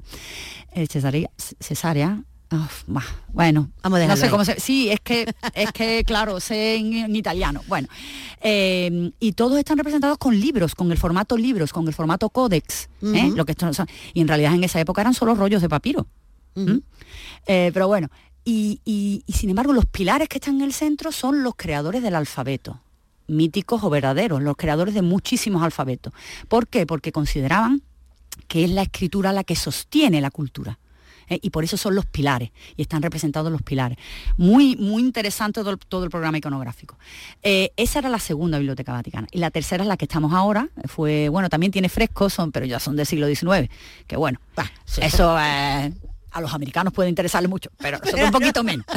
Speaker 4: Bueno, vamos a dejarlo, no sé cómo se... Sí, es que claro, sé en italiano. Bueno, y todos están representados con libros, con el formato libros, con el formato códex, lo que y en realidad en esa época eran solo rollos de papiro. Pero bueno, y sin embargo los pilares que están en el centro son los creadores del alfabeto, míticos o verdaderos, los creadores de muchísimos alfabetos. ¿Por qué? Porque consideraban que es la escritura la que sostiene la cultura. Y por eso son los pilares, y están representados los pilares. Muy, muy interesante todo el programa iconográfico. Esa era la segunda Biblioteca Vaticana. Y la tercera es la que estamos ahora. También tiene frescos, pero ya son del siglo XIX. Que bueno, sí. Eso a los americanos puede interesarles mucho, pero nosotros un poquito menos.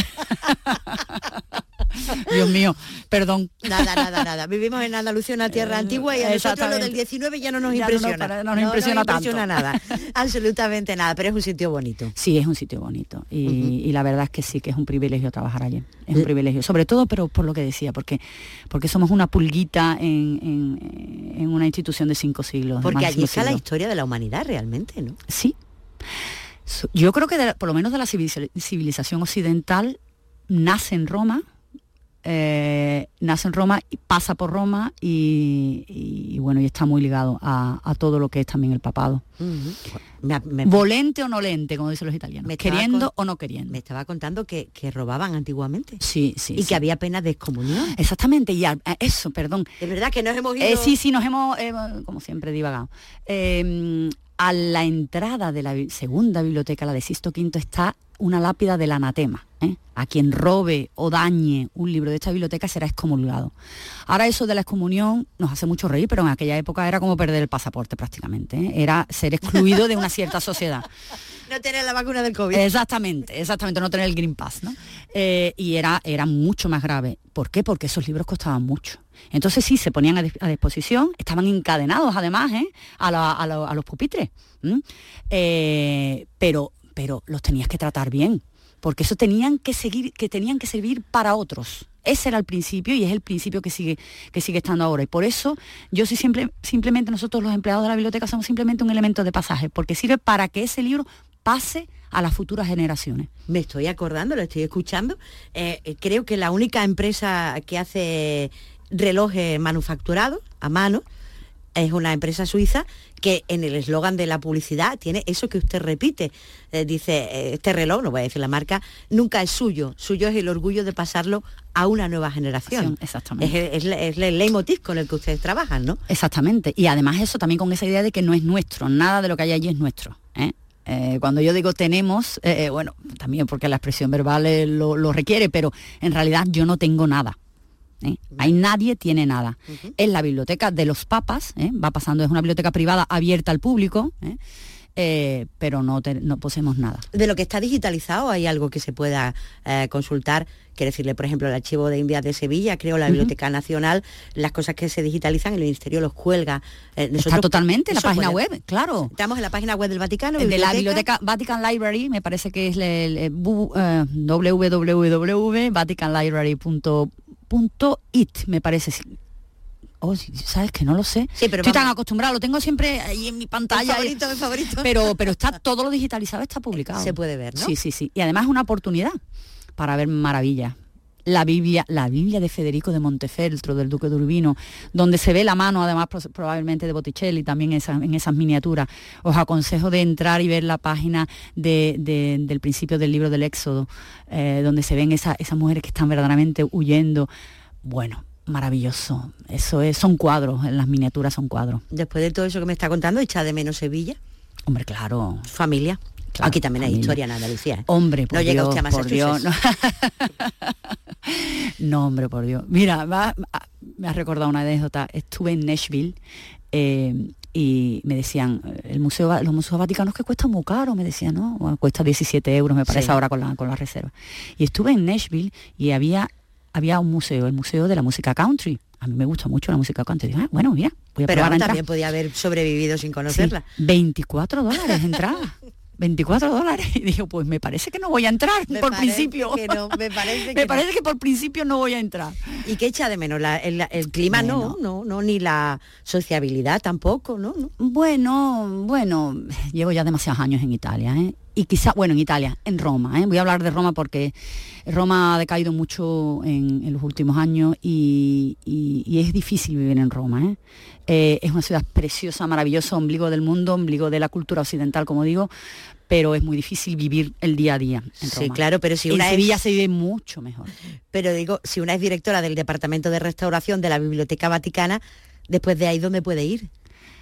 Speaker 4: Dios mío, perdón.
Speaker 3: Nada. Vivimos en Andalucía, una tierra antigua, y a nosotros lo del 19 ya no nos impresiona.
Speaker 4: No nos impresiona tanto.
Speaker 3: Nada, absolutamente nada, pero es un sitio bonito.
Speaker 4: Sí, es un sitio bonito. Y la verdad es que sí, que es un privilegio trabajar allí. Es un privilegio, sobre todo, pero por lo que decía, porque somos una pulguita en una institución de 5 siglos.
Speaker 3: Porque allí está la historia de la humanidad realmente, ¿no?
Speaker 4: Sí. Yo creo que por lo menos de la civilización occidental nace en Roma, pasa por Roma y bueno, y está muy ligado a todo lo que es también el papado. Volente o nolente, como dicen los italianos, queriendo o no queriendo.
Speaker 3: Me estaba contando que robaban antiguamente.
Speaker 4: Sí.
Speaker 3: Y que había penas de excomunión.
Speaker 4: Exactamente, y eso, perdón.
Speaker 3: Es verdad que nos hemos ido...
Speaker 4: Sí, nos hemos, como siempre, divagado. A la entrada de la segunda biblioteca, la de Sixto V, está una lápida del anatema. A quien robe o dañe un libro de esta biblioteca será excomulgado. Ahora eso de la excomunión nos hace mucho reír, pero en aquella época era como perder el pasaporte prácticamente. Era ser excluido de una cierta sociedad.
Speaker 3: No tener la vacuna del COVID.
Speaker 4: Exactamente, no tener el Green Pass, ¿no? Y era mucho más grave. ¿Por qué? Porque esos libros costaban mucho. Entonces sí, se ponían a disposición, estaban encadenados además a los pupitres. Pero los tenías que tratar bien, porque eso tenían que servir para otros. Ese era el principio y es el principio que sigue estando ahora. Y por eso yo soy simplemente nosotros los empleados de la biblioteca somos simplemente un elemento de pasaje, porque sirve para que ese libro pase a las futuras generaciones.
Speaker 3: Me estoy acordando, lo estoy escuchando. Creo que la única empresa que hace relojes manufacturados a mano es una empresa suiza que en el eslogan de la publicidad tiene eso que usted repite. Dice, este reloj, no voy a decir la marca, nunca es suyo. Suyo es el orgullo de pasarlo a una nueva generación.
Speaker 4: Exactamente.
Speaker 3: Es el leitmotiv con el que ustedes trabajan, ¿no?
Speaker 4: Exactamente. Y además eso también con esa idea de que no es nuestro, nada de lo que hay allí es nuestro. Cuando yo digo tenemos, también porque la expresión verbal lo requiere, pero en realidad yo no tengo nada. Ahí nadie tiene nada. Es la biblioteca de los papas, va pasando, es una biblioteca privada abierta al público, pero no poseemos nada.
Speaker 3: De lo que está digitalizado, ¿hay algo que se pueda consultar? Quiero decirle, por ejemplo, el Archivo de Indias de Sevilla, creo, la Biblioteca Nacional, las cosas que se digitalizan, el Ministerio los cuelga.
Speaker 4: Está totalmente en la página web, claro.
Speaker 3: Estamos en la página web del Vaticano.
Speaker 4: De la Biblioteca Vatican Library, me parece que es www.vaticanlibrary.it, me parece. Oh, ¿sabes que no lo sé?
Speaker 3: Sí, pero
Speaker 4: estoy tan acostumbrado, lo tengo siempre ahí en mi pantalla.
Speaker 3: Mi favorito.
Speaker 4: Pero está todo lo digitalizado, está publicado.
Speaker 3: Se puede ver, ¿no?
Speaker 4: Sí. Y además es una oportunidad para ver maravillas. La Biblia de Federico de Montefeltro, del Duque de Urbino, donde se ve la mano, además probablemente de Botticelli, también en esas miniaturas. Os aconsejo de entrar y ver la página del principio del libro del Éxodo, donde se ven esas mujeres que están verdaderamente huyendo. Bueno, maravilloso. Son cuadros, en las miniaturas son cuadros.
Speaker 3: Después de todo eso que me está contando, ¿echa de menos Sevilla?
Speaker 4: Hombre, claro.
Speaker 3: Familia. Claro, aquí también hay historia en Andalucía, ¿eh?
Speaker 4: Hombre, por
Speaker 3: no
Speaker 4: Dios,
Speaker 3: llega usted a Massachusetts.
Speaker 4: No. No, hombre, por Dios. Mira, me has recordado una anécdota. Estuve en Nashville y me decían, los museos vaticanos que cuestan muy caro, me decían, ¿no? Bueno, cuesta 17 euros, me parece, ahora con la reserva. Y estuve en Nashville y había un museo, el Museo de la Música Country. A mí me gusta mucho la música country. Digo, bueno, mira, voy a probar a entrar.
Speaker 3: También podía haber sobrevivido sin conocerla.
Speaker 4: Sí, $24 entrada. $24. Y digo, pues me parece que no voy a entrar por principio.
Speaker 3: Me parece
Speaker 4: que por principio no voy a entrar.
Speaker 3: ¿Y qué echa de menos? El clima no, ni la sociabilidad tampoco, ¿no?
Speaker 4: Bueno, llevo ya demasiados años en Italia, ¿eh? Y quizá, en Italia, en Roma, ¿eh? Voy a hablar de Roma porque Roma ha decaído mucho en los últimos años y es difícil vivir en Roma, ¿eh? Es una ciudad preciosa, maravillosa, ombligo del mundo, ombligo de la cultura occidental, como digo, pero es muy difícil vivir el día a día en Roma.
Speaker 3: Sí, claro, pero si
Speaker 4: en Sevilla se vive mucho mejor.
Speaker 3: Pero digo, si una es directora del Departamento de Restauración de la Biblioteca Vaticana, después de ahí, ¿dónde puede ir?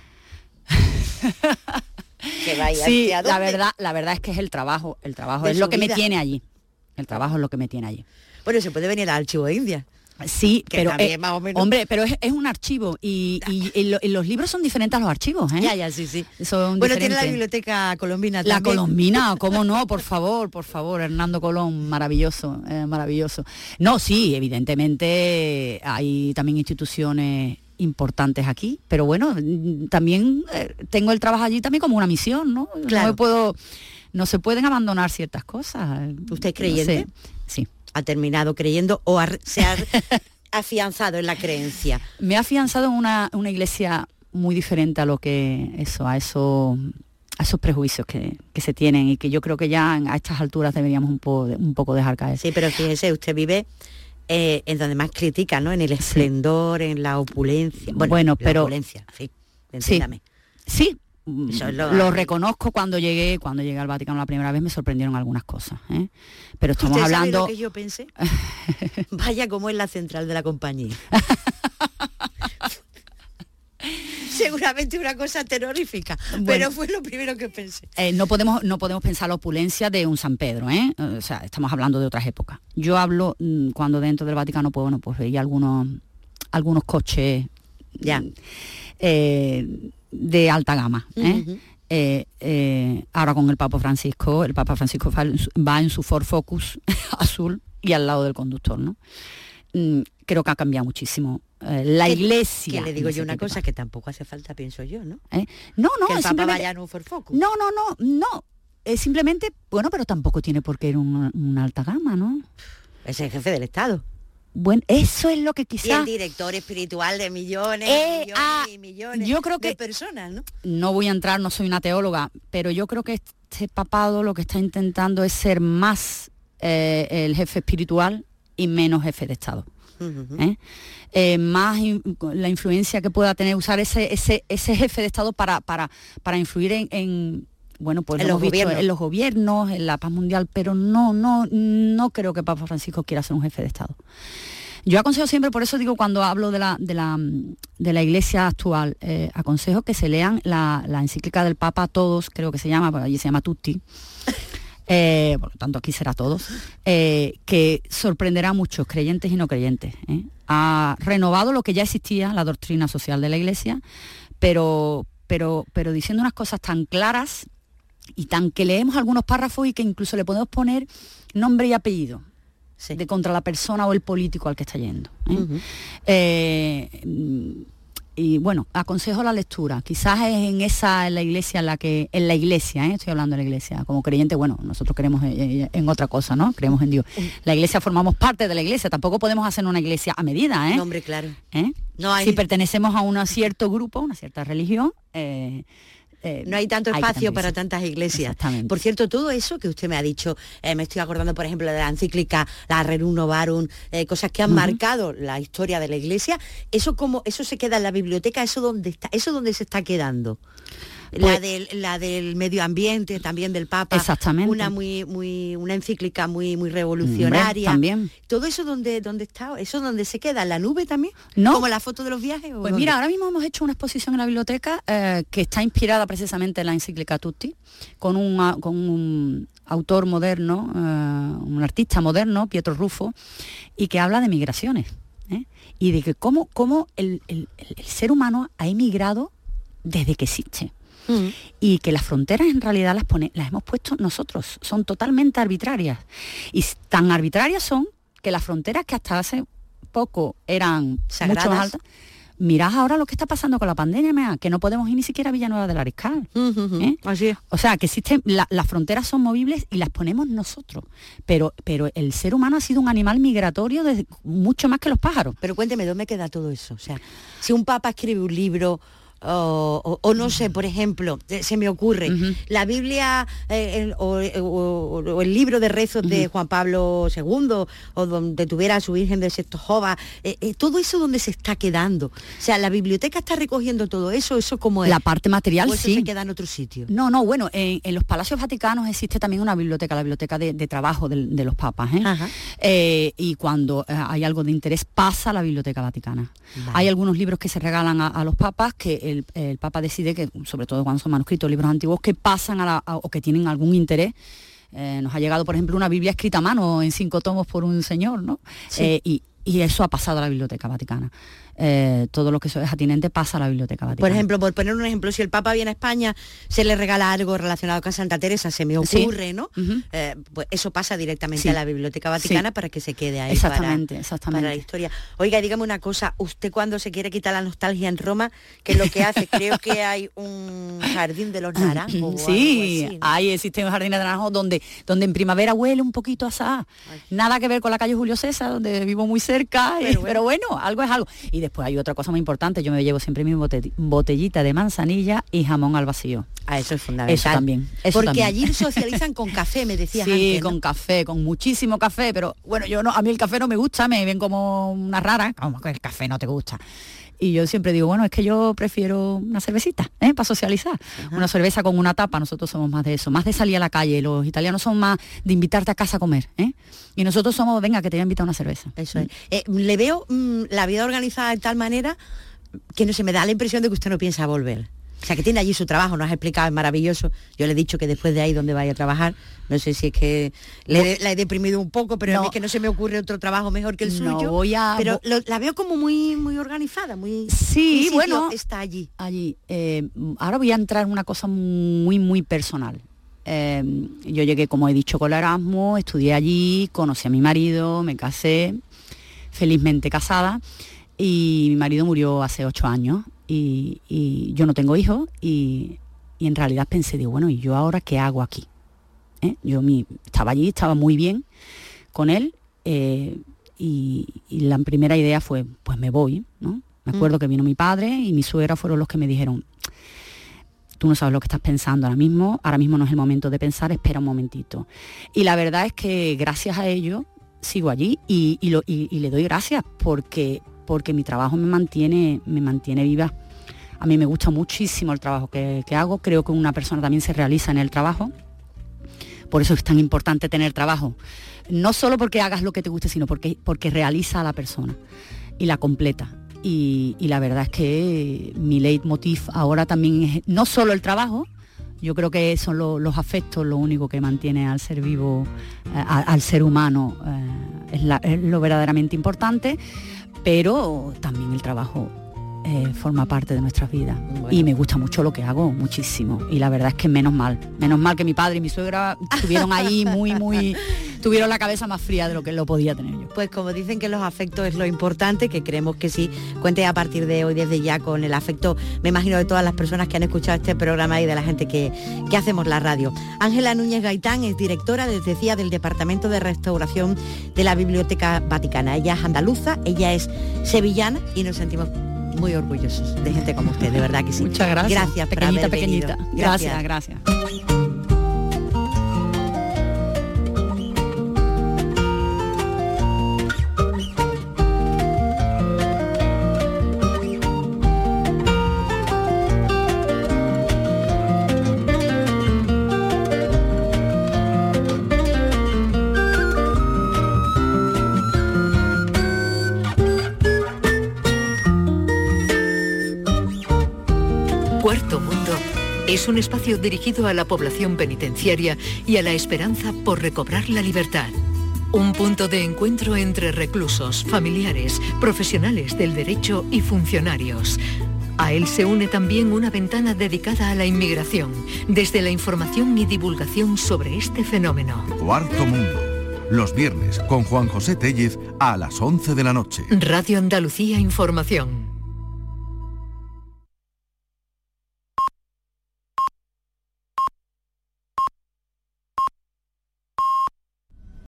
Speaker 3: Que vaya,
Speaker 4: sí, la verdad es que es el trabajo es lo que me tiene allí. El trabajo es lo que me tiene allí.
Speaker 3: Bueno, se puede venir al Archivo de India.
Speaker 4: Sí,
Speaker 3: pero más o menos...
Speaker 4: hombre, pero es un archivo y los libros son diferentes a los archivos, ¿eh?
Speaker 3: Ya, sí.
Speaker 4: Son
Speaker 3: bueno,
Speaker 4: diferentes.
Speaker 3: Tiene la biblioteca colombina
Speaker 4: también. La colombina, ¿cómo no? Por favor, Hernando Colón, maravilloso. No, sí, evidentemente hay también instituciones importantes aquí, pero bueno, también tengo el trabajo allí también como una misión, ¿no?
Speaker 3: Claro.
Speaker 4: No se pueden abandonar ciertas cosas.
Speaker 3: ¿Usted es creyente?
Speaker 4: No sé. Sí.
Speaker 3: ¿Ha terminado creyendo o se ha afianzado en la creencia?
Speaker 4: Me ha afianzado en una iglesia muy diferente a lo que a esos prejuicios que se tienen y que yo creo que ya a estas alturas deberíamos un poco dejar caer.
Speaker 3: Sí, pero fíjese, usted vive en donde más critica, ¿no? En el esplendor, en la opulencia. Bueno, pero la opulencia, sí, entiéndame.
Speaker 4: Sí. Lo reconozco. Cuando llegué al Vaticano la primera vez me sorprendieron algunas cosas, ¿eh? Pero estamos hablando...
Speaker 3: ¿Sabe lo que yo pensé? Vaya como es la central de la compañía. Seguramente una cosa terrorífica, pero fue lo primero que pensé.
Speaker 4: No podemos pensar la opulencia de un San Pedro, ¿eh? O sea, estamos hablando de otras épocas. Yo hablo cuando dentro del Vaticano, pues veía algunos coches
Speaker 3: ya
Speaker 4: de alta gama, ¿eh? Ahora con el Papa Francisco va en su Ford Focus azul y al lado del conductor, ¿no? Creo que ha cambiado muchísimo la iglesia.
Speaker 3: Que le digo yo una cosa, que tampoco hace falta, pienso yo, ¿no?
Speaker 4: No,
Speaker 3: que el Papa vaya en un Ford Focus.
Speaker 4: No. Es simplemente, pero tampoco tiene por qué ir una alta gama, ¿no?
Speaker 3: Es el jefe del Estado.
Speaker 4: Bueno, eso es lo que quizás...
Speaker 3: Y el director espiritual de millones y millones
Speaker 4: yo creo que,
Speaker 3: de personas, ¿no?
Speaker 4: No voy a entrar, no soy una teóloga, pero yo creo que este papado lo que está intentando es ser más el jefe espiritual y menos jefe de Estado. Más la influencia que pueda tener, usar ese jefe de Estado para influir en los gobiernos, en la paz mundial, pero no creo que Papa Francisco quiera ser un jefe de Estado. Yo aconsejo siempre, por eso digo, cuando hablo de la iglesia actual, aconsejo que se lean la encíclica del Papa a todos, creo que se llama, porque allí se llama Tutti, por lo tanto aquí será todos, que sorprenderá a muchos creyentes y no creyentes. Ha renovado lo que ya existía, la doctrina social de la iglesia, pero diciendo unas cosas tan claras que leemos algunos párrafos y que incluso le podemos poner nombre y apellido.
Speaker 3: Sí.
Speaker 4: De contra la persona o el político al que está yendo.
Speaker 3: Uh-huh.
Speaker 4: Y bueno, aconsejo la lectura. Quizás es en la iglesia estoy hablando de la iglesia, como creyente, bueno, nosotros creemos en otra cosa, ¿no? Creemos en Dios. La iglesia, formamos parte de la iglesia, tampoco podemos hacer una iglesia a medida, ¿eh?
Speaker 3: No, hombre, claro.
Speaker 4: No hay... Si pertenecemos a un cierto grupo, una cierta religión,
Speaker 3: no hay tanto espacio para tantas iglesias.
Speaker 4: Exactamente.
Speaker 3: Por cierto, todo eso que usted me ha dicho, me estoy acordando, por ejemplo, de la encíclica, la Rerum Novarum, cosas que han marcado la historia de la iglesia, eso se queda en la biblioteca, eso dónde está, eso dónde se está quedando. Pues, la del medio ambiente, también del Papa.
Speaker 4: Exactamente.
Speaker 3: Una encíclica muy revolucionaria.
Speaker 4: También.
Speaker 3: Todo eso ¿dónde está, eso dónde se queda, en la nube también,
Speaker 4: ¿no?
Speaker 3: Como la foto de los viajes.
Speaker 4: Pues mira, ahora mismo hemos hecho una exposición en la biblioteca que está inspirada precisamente en la encíclica Tutti, con un autor moderno, un artista moderno, Pietro Ruffo, y que habla de migraciones, y de que cómo el ser humano ha emigrado desde que existe. Y que las fronteras en realidad las hemos puesto nosotros, son totalmente arbitrarias. Y tan arbitrarias son que las fronteras que hasta hace poco eran sagradas, mucho más altas. Mirad ahora lo que está pasando con la pandemia, que no podemos ir ni siquiera a Villanueva del Ariscal.
Speaker 3: Así es.
Speaker 4: O sea, que existen, las fronteras son movibles y las ponemos nosotros. Pero el ser humano ha sido un animal migratorio desde mucho más que los pájaros.
Speaker 3: Pero cuénteme, ¿dónde queda todo eso? O sea, si un papa escribe un libro... O no sé, por ejemplo, se me ocurre, la Biblia o el libro de rezos de Juan Pablo II, o donde tuviera a su Virgen del Sexto Jova, todo eso donde se está quedando. O sea, la biblioteca está recogiendo todo eso como es.
Speaker 4: La parte material,
Speaker 3: ¿o eso
Speaker 4: sí.
Speaker 3: se queda en otro sitio?
Speaker 4: No, bueno, en los palacios vaticanos existe también una biblioteca, la biblioteca de trabajo de los papas, y cuando hay algo de interés pasa a la biblioteca vaticana. Vale. Hay algunos libros que se regalan a los papas que el Papa decide que, sobre todo cuando son manuscritos, libros antiguos, que pasan o que tienen algún interés. Nos ha llegado, por ejemplo, una Biblia escrita a mano en 5 tomos por un señor, ¿no? Sí. Y eso ha pasado a la Biblioteca Vaticana. Todo lo que eso es atinente pasa a la Biblioteca Vaticana.
Speaker 3: Por ejemplo, por poner un ejemplo, si el Papa viene a España, se le regala algo relacionado con Santa Teresa, se me ocurre, ¿no? Pues eso pasa directamente a la Biblioteca Vaticana para que se quede ahí
Speaker 4: exactamente.
Speaker 3: Para la historia. Oiga, dígame una cosa, usted cuando se quiere quitar la nostalgia en Roma, ¿qué es lo que hace? Creo que hay un jardín de los naranjos.
Speaker 4: Sí,
Speaker 3: algo así, ¿no?
Speaker 4: existe un jardín de naranjos donde en primavera huele un poquito a asada. Nada que ver con la calle Julio César, donde vivo muy cerca, pero bueno, algo es algo. Y después hay otra cosa muy importante, yo me llevo siempre mi botellita de manzanilla y jamón al vacío.
Speaker 3: Eso es fundamental.
Speaker 4: Eso también.
Speaker 3: Porque allí socializan con café, me decías antes,
Speaker 4: Sí,
Speaker 3: ¿no?
Speaker 4: con café, con muchísimo café, pero bueno, a mí el café no me gusta, me ven como una rara, como que el café no te gusta. Y yo siempre digo, bueno, es que yo prefiero una cervecita, para socializar. Una cerveza con una tapa, nosotros somos más de eso, más de salir a la calle. Los italianos son más de invitarte a casa a comer, Y nosotros somos, venga, que te voy a invitar a una cerveza.
Speaker 3: Eso es. Le veo la vida organizada de tal manera que no se me da la impresión de que usted no piensa volver. O sea, que tiene allí su trabajo, nos ha explicado, es maravilloso. Yo le he dicho que después de ahí donde vaya a trabajar, no sé si es que la he deprimido un poco, pero a mí es que no se me ocurre otro trabajo mejor que el suyo. Pero la veo como muy organizada, muy...
Speaker 4: Sí, bueno,
Speaker 3: está allí.
Speaker 4: Ahora voy a entrar en una cosa muy, muy personal. Yo llegué, como he dicho, con el Erasmus, estudié allí, conocí a mi marido, me casé, felizmente casada, y mi marido murió hace 8 años. Y yo no tengo hijos y en realidad pensé, digo, bueno, ¿y yo ahora qué hago aquí? Yo estaba allí, estaba muy bien con él y la primera idea fue, pues me voy, ¿no? Me acuerdo que vino mi padre y mi suegra fueron los que me dijeron, tú no sabes lo que estás pensando ahora mismo no es el momento de pensar, espera un momentito. Y la verdad es que gracias a ello sigo allí y le doy gracias porque mi trabajo me mantiene viva. A mí me gusta muchísimo el trabajo que hago, creo que una persona también se realiza en el trabajo, por eso es tan importante tener trabajo, no solo porque hagas lo que te guste, sino porque realiza a la persona y la completa. Y la verdad es que mi leitmotiv ahora también es no solo el trabajo, yo creo que son los afectos lo único que mantiene al ser vivo, al ser humano, es lo verdaderamente importante, pero también el trabajo forma parte de nuestras vidas.
Speaker 3: Bueno.
Speaker 4: Y me gusta mucho lo que hago, muchísimo. Y la verdad es que menos mal que mi padre y mi suegra estuvieron ahí tuvieron la cabeza más fría de lo que lo podía tener yo.
Speaker 3: Pues como dicen que los afectos es lo importante, que creemos que sí, cuente a partir de hoy, desde ya, con el afecto, me imagino, de todas las personas que han escuchado este programa y de la gente que hacemos la radio. Ángela Núñez Gaitán es directora, les decía, del Departamento de Restauración de la Biblioteca Vaticana. Ella es andaluza, ella es sevillana y nos sentimos muy orgullosos de gente como usted, de verdad que sí.
Speaker 4: Muchas gracias.
Speaker 3: Gracias por haber venido.
Speaker 4: Gracias.
Speaker 2: Cuarto Mundo es un espacio dirigido a la población penitenciaria y a la esperanza por recobrar la libertad. Un punto de encuentro entre reclusos, familiares, profesionales del derecho y funcionarios. A él se une también una ventana dedicada a la inmigración, desde la información y divulgación sobre este fenómeno.
Speaker 1: Cuarto Mundo, los viernes con Juan José Tellez a las 11 de la noche.
Speaker 2: Radio Andalucía Información.